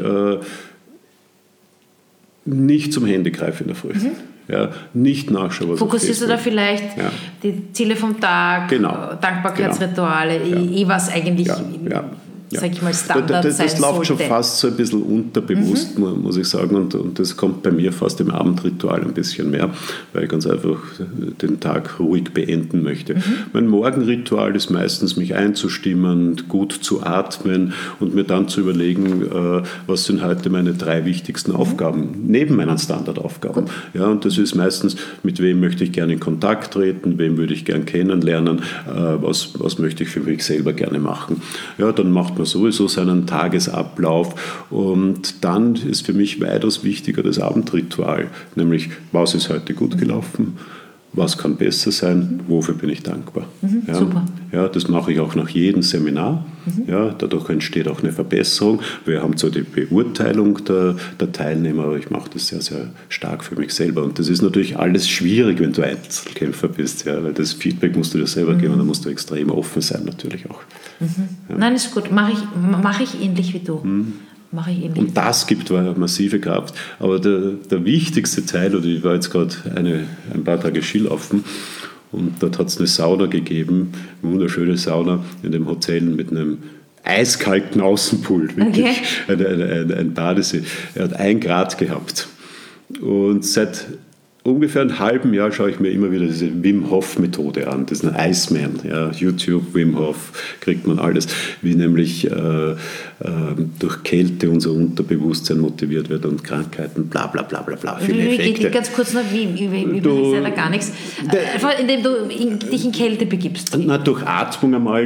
nicht zum Handy greife in der Früh. Ja, nicht nachschauen, was fokussierst du da vielleicht die Ziele vom Tag, Dankbarkeitsrituale, was eigentlich, sag ich mal, Standard sein sollte? Das läuft schon fast so ein bisschen unterbewusst, muss ich sagen, und das kommt bei mir fast im Abendritual ein bisschen mehr, weil ich ganz einfach den Tag ruhig beenden möchte. Mein Morgenritual ist meistens, mich einzustimmen, gut zu atmen und mir dann zu überlegen, was sind heute meine 3 wichtigsten Aufgaben, neben meinen Standardaufgaben. Ja, und das ist meistens, mit wem möchte ich gerne in Kontakt treten, wem würde ich gerne kennenlernen, was möchte ich für mich selber gerne machen. Ja, dann macht man sowieso seinen Tagesablauf und dann ist für mich weitaus wichtiger das Abendritual, nämlich was ist heute gut gelaufen, was kann besser sein, wofür bin ich dankbar. Super. Ja, das mache ich auch nach jedem Seminar. Ja, dadurch entsteht auch eine Verbesserung. Wir haben zwar die Beurteilung der Teilnehmer, aber ich mache das sehr, sehr stark für mich selber. Und das ist natürlich alles schwierig, wenn du Einzelkämpfer bist, ja, weil das Feedback musst du dir selber geben und da musst du extrem offen sein natürlich auch. Ja. Nein, ist gut. Mach ich ähnlich wie du. Und das gibt massive Kraft. Aber der wichtigste Teil, oder ich war jetzt gerade ein paar Tage Skilaufen und dort hat es eine Sauna gegeben, eine wunderschöne Sauna in dem Hotel mit einem eiskalten Außenpool, wirklich ein Badesee. Er hat 1 Grad gehabt. Und seit ungefähr einem halben Jahr schaue ich mir immer wieder diese Wim Hof Methode an. Das ist ein Iceman. Ja, YouTube, Wim Hof, kriegt man alles. Wie nämlich durch Kälte unser Unterbewusstsein motiviert wird und Krankheiten, bla bla bla bla bla. Viele Effekte. Geht ganz kurz noch, wie ich da gar nichts. Einfach indem du dich in Kälte begibst. Na, durch Atmung einmal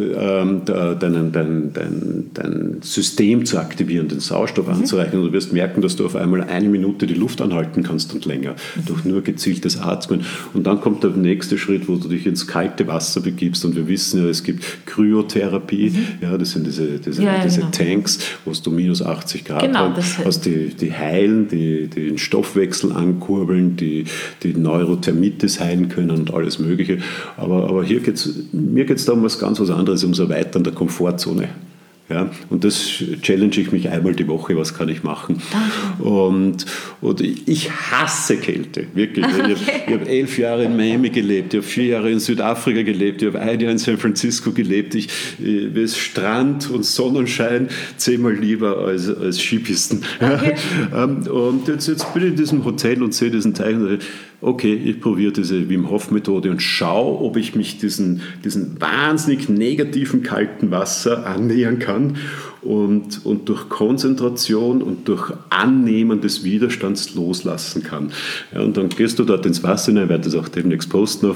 dein System zu aktivieren, den Sauerstoff anzureichen. Und du wirst merken, dass du auf einmal 1 Minute die Luft anhalten kannst und länger. Durch nur gezieltes Atmen. Und dann kommt der nächste Schritt, wo du dich ins kalte Wasser begibst. Und wir wissen ja, es gibt Kryotherapie. Ja, das sind diese Tanks, wo du minus 80 Grad hast, die heilen, die den Stoffwechsel ankurbeln, die Neurothermitis heilen können und alles Mögliche. Aber mir geht es da um was ganz anderes, ums Erweitern der Komfortzone. Ja, und das challenge ich mich einmal die Woche, was kann ich machen. Und ich hasse Kälte, wirklich. Okay. Ich habe 11 Jahre in Miami gelebt, ich habe 4 Jahre in Südafrika gelebt, ich habe 1 Jahr in San Francisco gelebt. Ich will Strand und Sonnenschein 10-mal lieber als Skipisten. Okay. Und jetzt bin ich in diesem Hotel und sehe diesen Teich und okay, ich probiere diese Wim Hof Methode und schaue, ob ich mich diesen wahnsinnig negativen kalten Wasser annähern kann und durch Konzentration und durch Annehmen des Widerstands loslassen kann. Ja, und dann gehst du dort ins Wasser hinein, werde das auch demnächst posten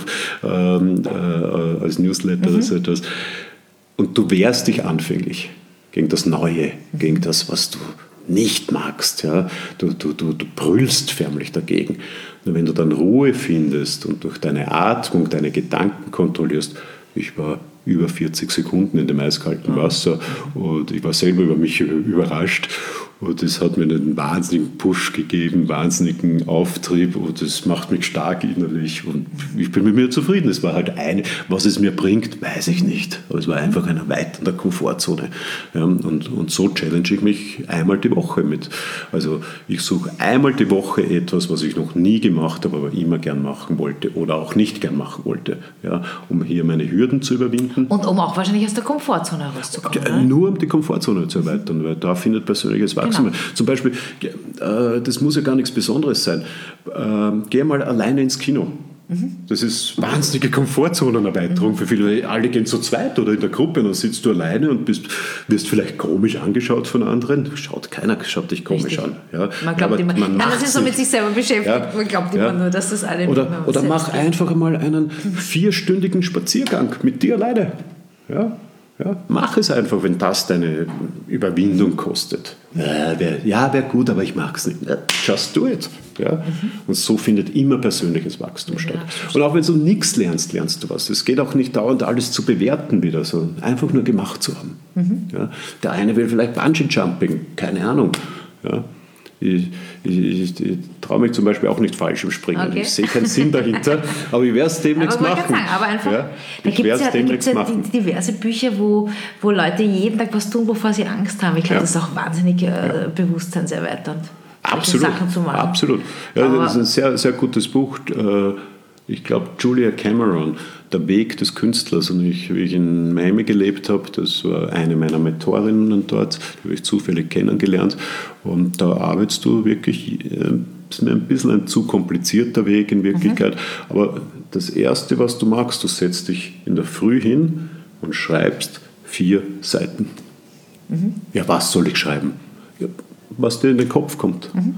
als Newsletter oder so etwas. Und du wehrst dich anfänglich gegen das Neue, gegen das, was du nicht magst. Ja? Du brüllst förmlich dagegen. Nur wenn du dann Ruhe findest und durch deine Atmung deine Gedanken kontrollierst, ich war über 40 Sekunden in dem eiskalten Wasser und ich war selber über mich überrascht und das hat mir einen wahnsinnigen Push gegeben, wahnsinnigen Auftrieb und das macht mich stark innerlich und ich bin mit mir zufrieden. Es war halt was es mir bringt, weiß ich nicht, aber es war einfach ein Erweitern der Komfortzone. Ja, und so challenge ich mich einmal die Woche mit. Also ich suche einmal die Woche etwas, was ich noch nie gemacht habe, aber immer gern machen wollte oder auch nicht gern machen wollte, ja, um hier meine Hürden zu überwinden. Und um auch wahrscheinlich aus der Komfortzone herauszukommen. Ja, nur um die Komfortzone zu erweitern, weil da findet persönliches Wachstum. Genau. Zum Beispiel, das muss ja gar nichts Besonderes sein. Geh mal alleine ins Kino. Das ist wahnsinnige Komfortzonenerweiterung für viele. Alle gehen zu zweit oder in der Gruppe und dann sitzt du alleine und wirst vielleicht komisch angeschaut von anderen. Keiner schaut dich komisch an. Ja. Man glaubt immer, das ist so mit sich selber beschäftigt. Ja. Man glaubt immer nur, dass das alle Oder mach einfach mal einen 4-stündigen Spaziergang mit dir alleine. Ja. Ja, mach es einfach, wenn das deine Überwindung kostet. Wäre gut, aber ich mag es nicht. Just do it. Ja? Und so findet immer persönliches Wachstum statt. Und auch wenn du nichts lernst, lernst du was. Es geht auch nicht dauernd alles zu bewerten wieder, sondern einfach nur gemacht zu haben. Ja? Der eine will vielleicht Bungee-Jumping, keine Ahnung. Ja? Ich traue mich zum Beispiel auch nicht Fallschirmspringen. Okay. Ich sehe keinen Sinn dahinter, aber ich werde es demnächst machen. Aber einfach, ja, da gibt es ja diverse Bücher, wo Leute jeden Tag was tun, wovor sie Angst haben. Ich glaube, das ist auch wahnsinnig bewusstseinserweiternd. Absolut. Sachen zu machen. Absolut. Ja, das ist ein sehr, sehr gutes Buch. Ich glaube, Julia Cameron, Der Weg des Künstlers. Und wie ich in Miami gelebt habe, das war eine meiner Mentorinnen dort, die habe ich zufällig kennengelernt. Und da arbeitest du wirklich, ist mir ein bisschen ein zu komplizierter Weg in Wirklichkeit. Aber das Erste, was du machst, du setzt dich in der Früh hin und schreibst 4 Seiten. Ja, was soll ich schreiben? Ja, was dir in den Kopf kommt.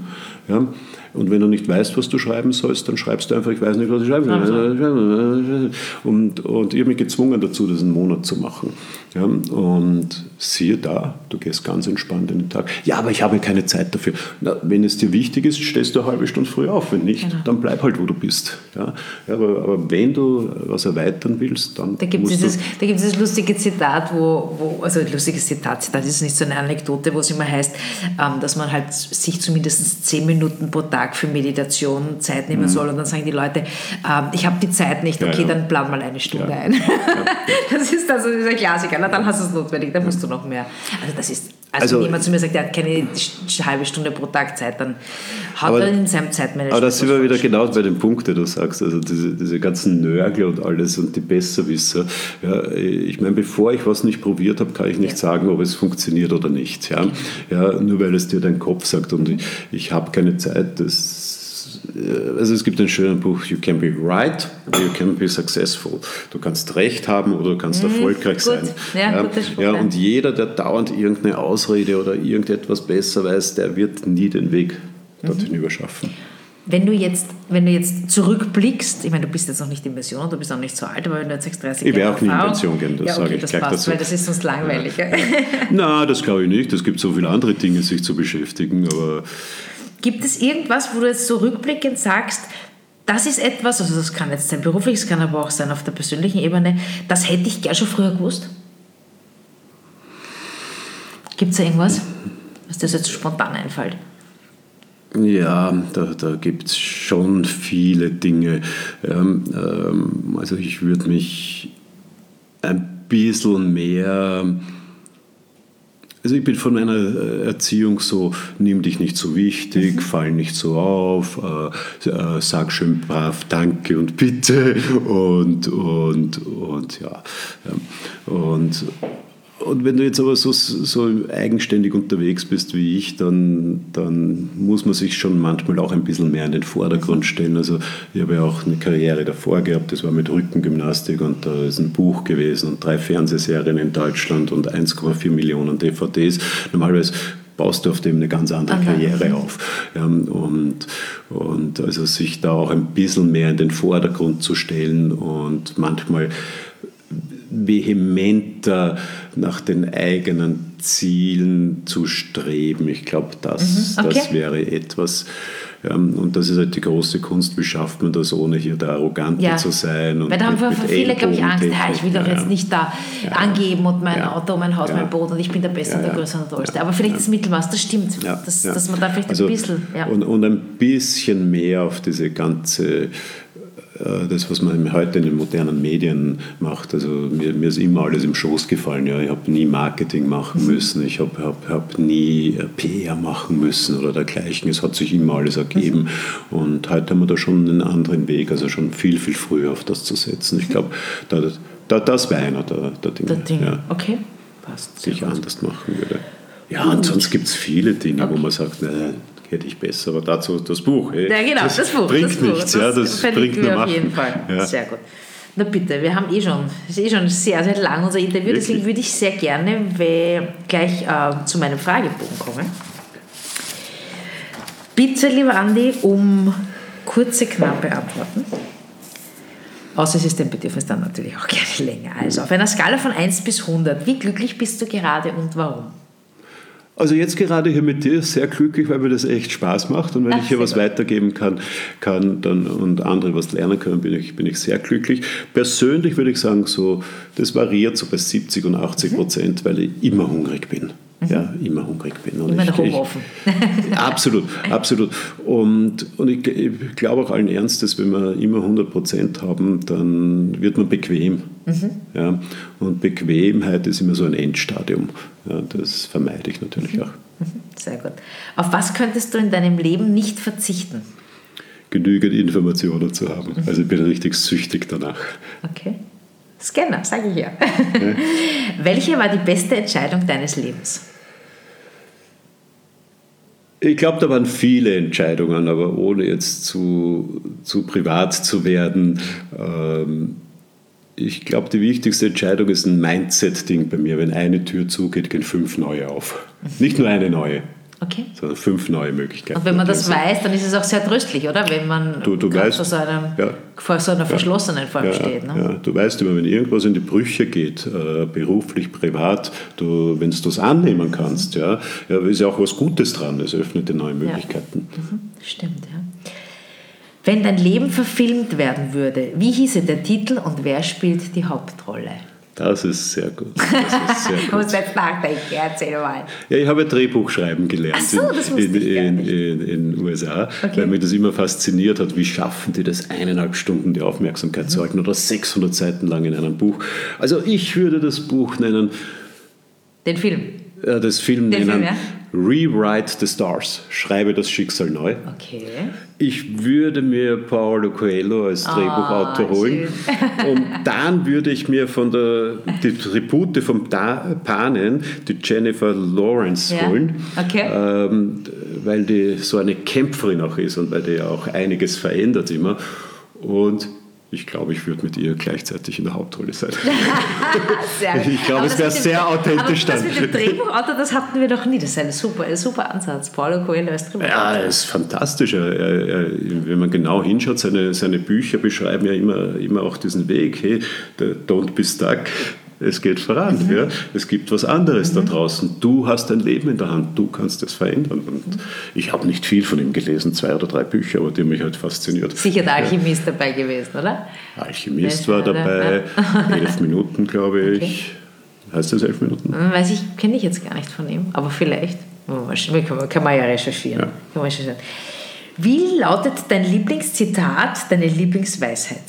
Ja? Und wenn du nicht weißt, was du schreiben sollst, dann schreibst du einfach, ich weiß nicht, was ich schreiben soll. Und ich habe mich gezwungen dazu, das einen Monat zu machen. Ja? Und siehe da, du gehst ganz entspannt in den Tag. Ja, aber ich habe keine Zeit dafür. Na, wenn es dir wichtig ist, stehst du eine halbe Stunde früh auf. Wenn nicht, dann bleib halt, wo du bist. Ja? Ja, aber wenn du was erweitern willst, dann da gibt es dieses lustige Zitat, also ein lustiges Zitat, das ist nicht so eine Anekdote, wo es immer heißt, dass man halt sich zumindest 10 Minuten pro Tag für Meditation Zeit nehmen soll. Und dann sagen die Leute, ich habe die Zeit nicht, okay, dann plan mal eine Stunde ein. Ja. Das ist also dieser Klassiker, dann hast du es notwendig, dann musst du noch mehr. Also das ist, wenn jemand zu mir sagt, er hat keine halbe Stunde pro Tag Zeit, dann hat er in seinem Zeitmanagement. Aber da sind wir wieder genau bei dem Punkt, den du sagst, also diese ganzen Nörgel und alles und die Besserwisser. Ja, ich meine, bevor ich was nicht probiert habe, kann ich nicht sagen, ob es funktioniert oder nicht. Ja? Ja, nur weil es dir dein Kopf sagt und ich habe keine Zeit, also es gibt einen schönen Buch, You can be right or you can be successful. Du kannst Recht haben oder du kannst erfolgreich sein. Ja, und jeder, der dauernd irgendeine Ausrede oder irgendetwas besser weiß, der wird nie den Weg dorthin überschaffen. Wenn du jetzt zurückblickst, ich meine, du bist jetzt noch nicht in Pension, du bist auch nicht so alt, aber wenn du jetzt 30 ich werde auch nie in Pension gehen, das sage ich das gleich passt, dazu. Weil das ist sonst langweilig. Ja. Na, das glaube ich nicht. Es gibt so viele andere Dinge, sich zu beschäftigen, aber... Gibt es irgendwas, wo du jetzt so rückblickend sagst, das ist etwas, also das kann jetzt sein beruflich, es kann aber auch sein auf der persönlichen Ebene, das hätte ich gern schon früher gewusst? Gibt es da irgendwas, was dir jetzt spontan einfällt? Ja, da gibt es schon viele Dinge. Also ich würde mich ein bisschen mehr... Also ich bin von meiner Erziehung so, nimm dich nicht so wichtig, fall nicht so auf, sag schön brav Danke und Bitte und ja. Und wenn du jetzt aber so eigenständig unterwegs bist wie ich, dann muss man sich schon manchmal auch ein bisschen mehr in den Vordergrund stellen. Also ich habe ja auch eine Karriere davor gehabt, das war mit Rückengymnastik und da ist ein Buch gewesen und 3 Fernsehserien in Deutschland und 1,4 Millionen DVDs. Normalerweise baust du auf dem eine ganz andere Karriere auf. Ja, und also sich da auch ein bisschen mehr in den Vordergrund zu stellen und manchmal vehementer nach den eigenen Zielen zu streben. Ich glaube, das wäre etwas. Und das ist halt die große Kunst. Wie schafft man das, ohne hier der Arrogante zu sein? Und weil da haben viele, glaube ich, Angst, ich will doch jetzt nicht da angeben und mein Auto, mein Haus, mein Boot und ich bin der Beste und der Größte und der Tollste. Aber vielleicht das Mittelmaß, das stimmt. Dass man da vielleicht ein bisschen... Und ein bisschen mehr auf diese ganze... Das, was man heute in den modernen Medien macht, also mir ist immer alles im Schoß gefallen. Ja. Ich habe nie Marketing machen müssen, ich hab nie PR machen müssen oder dergleichen. Es hat sich immer alles ergeben. Und heute haben wir da schon einen anderen Weg, also schon viel, viel früher auf das zu setzen. Ich glaube, das wäre einer der Dinge. Ja, okay, passt. Die ich anders machen würde. Ja, und sonst gibt es viele Dinge, wo man sagt, hätte ich besser, aber dazu das Buch. Ja, genau, das Buch. Bringt nichts, das bringt nur auf jeden Fall. Ja. Sehr gut. Na bitte, wir haben es ist schon sehr, sehr lang unser Interview, deswegen würde ich sehr gerne gleich zu meinem Fragebogen kommen. Bitte, lieber Andi, um kurze, knappe Antworten. Außer Systembedürfnis dann natürlich auch gerne länger. Also auf einer Skala von 1 bis 100, wie glücklich bist du gerade und warum? Also jetzt gerade hier mit dir sehr glücklich, weil mir das echt Spaß macht und wenn ich hier was weitergeben kann dann, und andere was lernen können, bin ich sehr glücklich. Persönlich würde ich sagen, so, das variiert so bei 70 und 80%, weil ich immer hungrig bin. Ja, immer hungrig bin. Und immer nach oben offen. Absolut. Und ich glaube auch allen Ernstes, wenn wir immer 100% haben, dann wird man bequem. Ja, und Bequemheit ist immer so ein Endstadium. Ja, das vermeide ich natürlich auch. Sehr gut. Auf was könntest du in deinem Leben nicht verzichten? Genügend Informationen zu haben. Also ich bin richtig süchtig danach. Okay. Scanner, sage ich ja. Welche war die beste Entscheidung deines Lebens? Ich glaube, da waren viele Entscheidungen, aber ohne jetzt zu privat zu werden. Ich glaube, die wichtigste Entscheidung ist ein Mindset-Ding bei mir. Wenn eine Tür zugeht, gehen 5 neue auf. Nicht nur eine neue. Okay. Sondern 5 neue Möglichkeiten. Und wenn man das weiß, dann ist es auch sehr tröstlich, oder? Wenn man du weißt, vor so einer verschlossenen Form steht. Ne? Ja, du weißt immer, wenn irgendwas in die Brüche geht, beruflich, privat, wenn du das annehmen kannst, ist ja auch was Gutes dran. Es öffnet dir neue Möglichkeiten. Stimmt, ja. Wenn dein Leben verfilmt werden würde, wie hieße der Titel und wer spielt die Hauptrolle? Das ist sehr gut. Ich muss jetzt nachdenken, erzähl mal. Ja, ich habe Drehbuchschreiben gelernt in den USA, weil mich das immer fasziniert hat, wie schaffen die das 1,5 Stunden die Aufmerksamkeit zu halten oder 600 Seiten lang in einem Buch. Also ich würde das Buch nennen... Den Film? Das Film nennen Rewrite the Stars, schreibe das Schicksal neu. Okay. Ich würde mir Paulo Coelho als Drehbuchautor holen und dann würde ich mir die Tribute von Panem, die Jennifer Lawrence holen, weil die so eine Kämpferin auch ist und weil die auch einiges verändert immer. Und ich glaube, ich würde mit ihr gleichzeitig in der Hauptrolle sein. Ich glaube, es wäre sehr authentisch dann. Das mit dem Drehbuchautor, das hatten wir noch nie. Das ist ein super Ansatz. Paulo Coelho als Drehbuchautor. Ja, er ist fantastisch. Wenn man genau hinschaut, seine Bücher beschreiben ja immer auch diesen Weg. Hey, don't be stuck. Es geht voran. Ja? Es gibt was anderes da draußen. Du hast dein Leben in der Hand. Du kannst es verändern. Und ich habe nicht viel von ihm gelesen, 2 oder 3 Bücher, aber die haben mich halt fasziniert. Sicher der Alchemist dabei gewesen, oder? Alchemist war dabei. 11 Minuten, glaube ich. Heißt das 11 Minuten? Weiß ich, kenne ich jetzt gar nicht von ihm. Aber vielleicht. Kann man ja recherchieren. Wie lautet dein Lieblingszitat, deine Lieblingsweisheit?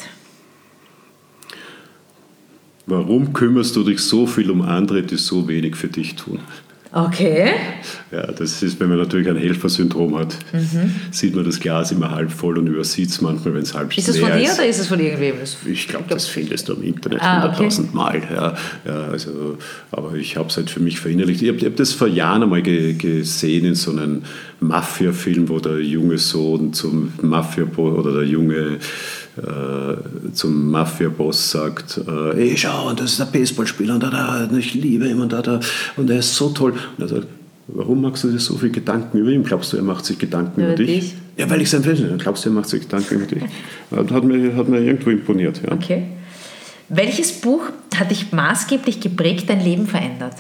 Warum kümmerst du dich so viel um andere, die so wenig für dich tun? Okay. Ja, das ist, wenn man natürlich ein Helfersyndrom hat, sieht man das Glas immer halb voll und übersieht es manchmal, wenn es halb leer ist. Ist es von dir oder ist es von irgendwem? Ich glaube, das findest du im Internet 100.000 Mal. Ja, aber ich habe es halt für mich verinnerlicht. Ich hab das vor Jahren einmal gesehen in so einem Mafia-Film, wo der junge Sohn zum Mafia-Boss oder der junge zum Mafia-Boss sagt, hey, schau, und das ist der Baseballspieler und ich liebe ihn und er ist so toll. Und er sagt, warum machst du dir so viel Gedanken über ihn? Glaubst du, er macht sich Gedanken über dich? Ja, weil ich sein Fan bin. Glaubst du, er macht sich Gedanken über dich? Hat mir irgendwo imponiert. Ja. Okay. Welches Buch hat dich maßgeblich geprägt, dein Leben verändert?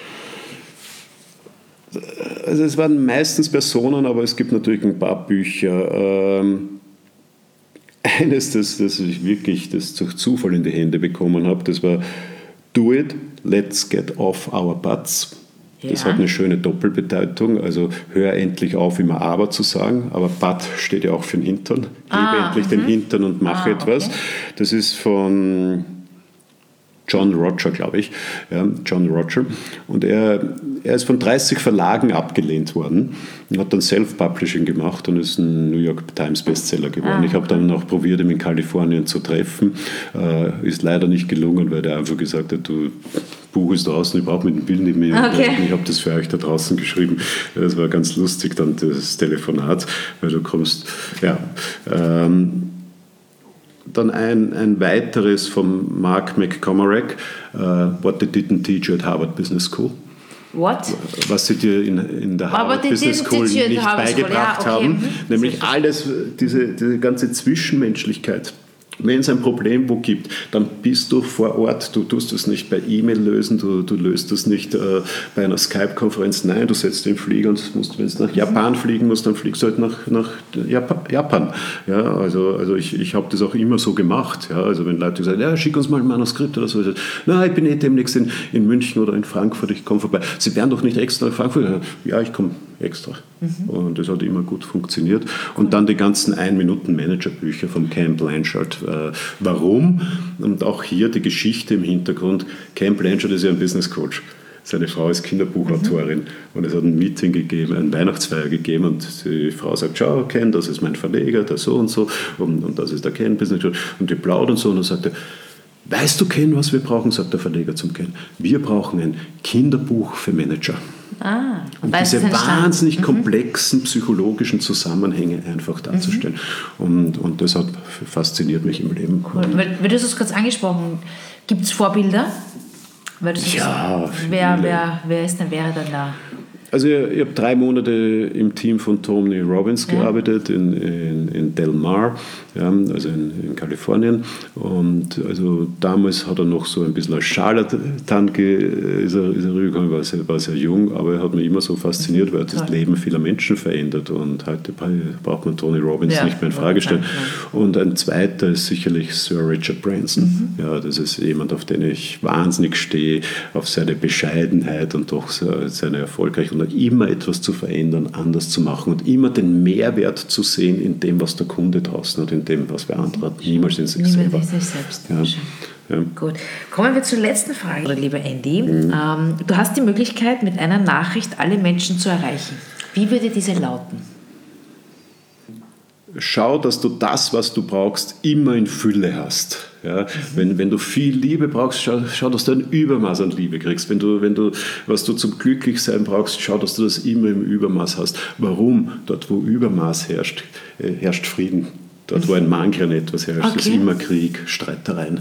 Also es waren meistens Personen, aber es gibt natürlich ein paar Bücher. Eines, das ich wirklich durch Zufall in die Hände bekommen habe, das war Do It, Let's Get Off Our Butts. Das hat eine schöne Doppelbedeutung, also hör endlich auf, immer aber zu sagen, aber Butt steht ja auch für den Hintern. Hebe endlich den Hintern und mache etwas. Okay. Das ist von John Roger, glaube ich. Ja, John Roger. Und er ist von 30 Verlagen abgelehnt worden und hat dann Self-Publishing gemacht und ist ein New York Times Bestseller geworden. Ich habe dann noch probiert, ihn in Kalifornien zu treffen. Ist leider nicht gelungen, weil der einfach gesagt hat, du, Buch ist draußen, ich brauche mit dem Bild nicht mehr. Okay. Ich habe das für euch da draußen geschrieben. Das war ganz lustig, dann das Telefonat, weil du kommst, dann ein weiteres von Mark McCormack, What They Didn't Teach You at Harvard Business School. What? Was sie dir in der Harvard Business School nicht beigebracht haben. Nämlich alles, diese ganze Zwischenmenschlichkeit. Wenn es ein Problem wo gibt, dann bist du vor Ort. Du tust das nicht per E-Mail lösen, du löst das nicht bei einer Skype-Konferenz. Nein, du setzt den Flieger und wenn du nach Japan fliegen musst, dann fliegst du halt nach Japan. Ja, also ich habe das auch immer so gemacht. Ja, also wenn Leute sagen, ja, schick uns mal ein Manuskript oder so. Na, ich bin demnächst in München oder in Frankfurt, ich komme vorbei. Sie werden doch nicht extra nach Frankfurt? Ja, ich komme extra. Und das hat immer gut funktioniert. Und dann die ganzen 1-Minuten-Manager-Bücher von Cam Blanchard. Warum? Und auch hier die Geschichte im Hintergrund. Cam Blanchard ist ja ein Business Coach. Seine Frau ist Kinderbuchautorin. Und es hat ein Meeting gegeben, eine Weihnachtsfeier gegeben und die Frau sagt, schau Ken, das ist mein Verleger, der so und so und das ist der Ken Business Coach. Und die plaudern so und dann sagt er, weißt du Ken, was wir brauchen, sagt der Verleger zum Ken. Wir brauchen ein Kinderbuch für Manager. Und diese wahnsinnig komplexen psychologischen Zusammenhänge einfach darzustellen. Und das hat fasziniert mich im Leben. Cool. Weil du hast es kurz angesprochen, gibt es Vorbilder? Ja, wer wäre dann da? Also ich habe 3 Monate im Team von Tony Robbins gearbeitet in Del Mar, also in Kalifornien. Und also damals hat er noch so ein bisschen als Scharlatan ist er rübergekommen, war sehr jung, aber er hat mich immer so fasziniert, weil er das Leben vieler Menschen verändert. Und heute braucht man Tony Robbins nicht mehr in Frage stellen. Und ein zweiter ist sicherlich Sir Richard Branson. Ja, das ist jemand, auf den ich wahnsinnig stehe, auf seine Bescheidenheit und doch seine Erfolgreichheit und immer etwas zu verändern, anders zu machen und immer den Mehrwert zu sehen in dem, was der Kunde draußen hat, in dem, was wer andere hat, niemals in sich selber. Ja. Gut. Kommen wir zur letzten Frage, lieber Andy. Du hast die Möglichkeit, mit einer Nachricht alle Menschen zu erreichen. Wie würde diese lauten? Schau, dass du das, was du brauchst, immer in Fülle hast. Ja, wenn du viel Liebe brauchst, schau, dass du ein Übermaß an Liebe kriegst. Wenn du was du zum Glücklichsein brauchst, schau, dass du das immer im Übermaß hast. Warum? Dort, wo Übermaß herrscht, herrscht Frieden. Dort, wo ein Mangel an etwas herrscht, ist immer Krieg, Streitereien.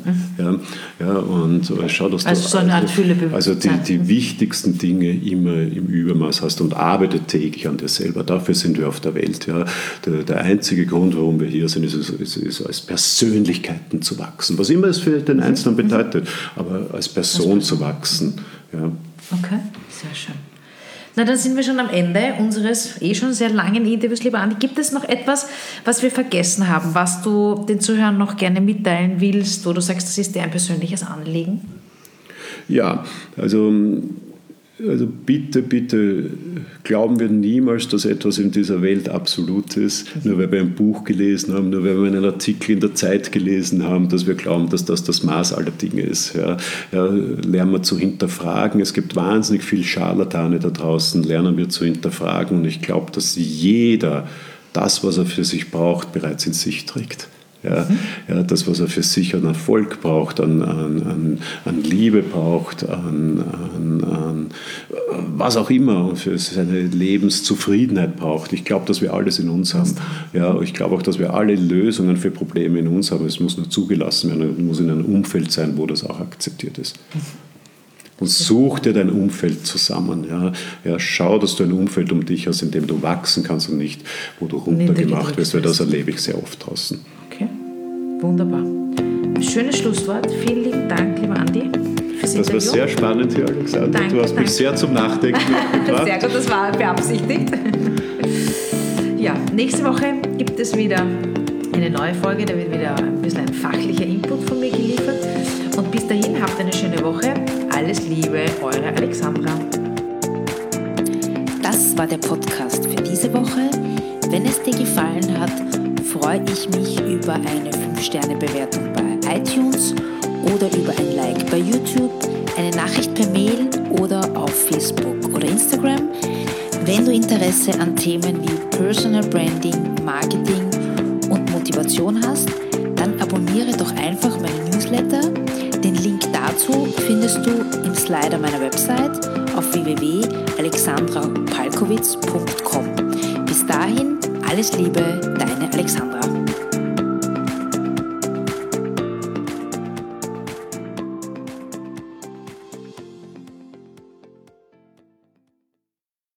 Und schau, dass du so eine Art die wichtigsten Dinge immer im Übermaß hast und arbeite täglich an dir selber. Dafür sind wir auf der Welt. Ja. Der einzige Grund, warum wir hier sind, ist als Persönlichkeiten zu wachsen. Was immer es für den Einzelnen bedeutet, aber als Person zu wachsen. Ja. Okay, sehr schön. Na, dann sind wir schon am Ende unseres schon sehr langen Interviews, lieber Andi. Gibt es noch etwas, was wir vergessen haben, was du den Zuhörern noch gerne mitteilen willst, wo du sagst, das ist dir ein persönliches Anliegen? Ja, also bitte glauben wir niemals, dass etwas in dieser Welt absolut ist, nur weil wir ein Buch gelesen haben, nur weil wir einen Artikel in der Zeit gelesen haben, dass wir glauben, dass das Maß aller Dinge ist. Lernen wir zu hinterfragen. Es gibt wahnsinnig viele Scharlatane da draußen, lernen wir zu hinterfragen. Und ich glaube, dass jeder das, was er für sich braucht, bereits in sich trägt. Das, was er für sich an Erfolg braucht, an Liebe braucht, an was auch immer und für seine Lebenszufriedenheit braucht. Ich glaube, dass wir alles in uns haben. Ja, ich glaube auch, dass wir alle Lösungen für Probleme in uns haben. Es muss nur zugelassen werden, es muss in einem Umfeld sein, wo das auch akzeptiert ist. Und such dir dein Umfeld zusammen. Ja, schau, dass du ein Umfeld um dich hast, in dem du wachsen kannst und nicht, wo du runtergemacht wirst, weil das erlebe ich sehr oft draußen. Okay, wunderbar. Schönes Schlusswort. Vielen lieben Dank, lieber Andi, fürs Interview. Das war sehr spannend hier, Alexander. Du hast mich sehr zum Nachdenken gebracht. Sehr gut, das war beabsichtigt. Ja, nächste Woche gibt es wieder eine neue Folge. Da wird wieder ein bisschen ein fachlicher Input von mir geliefert. Und bis dahin, habt eine schöne Woche. Alles Liebe, eure Alexandra. Das war der Podcast für diese Woche. Wenn es dir gefallen hat, freue ich mich über eine 5-Sterne-Bewertung bei iTunes oder über ein Like bei YouTube, eine Nachricht per Mail oder auf Facebook oder Instagram. Wenn du Interesse an Themen wie Personal Branding, Marketing und Motivation hast, dann abonniere doch einfach meinen Newsletter. Den Link dazu findest du im Slider meiner Website auf www.alexandrapalkowitz.com. Bis dahin, alles Liebe, deine Alexandra.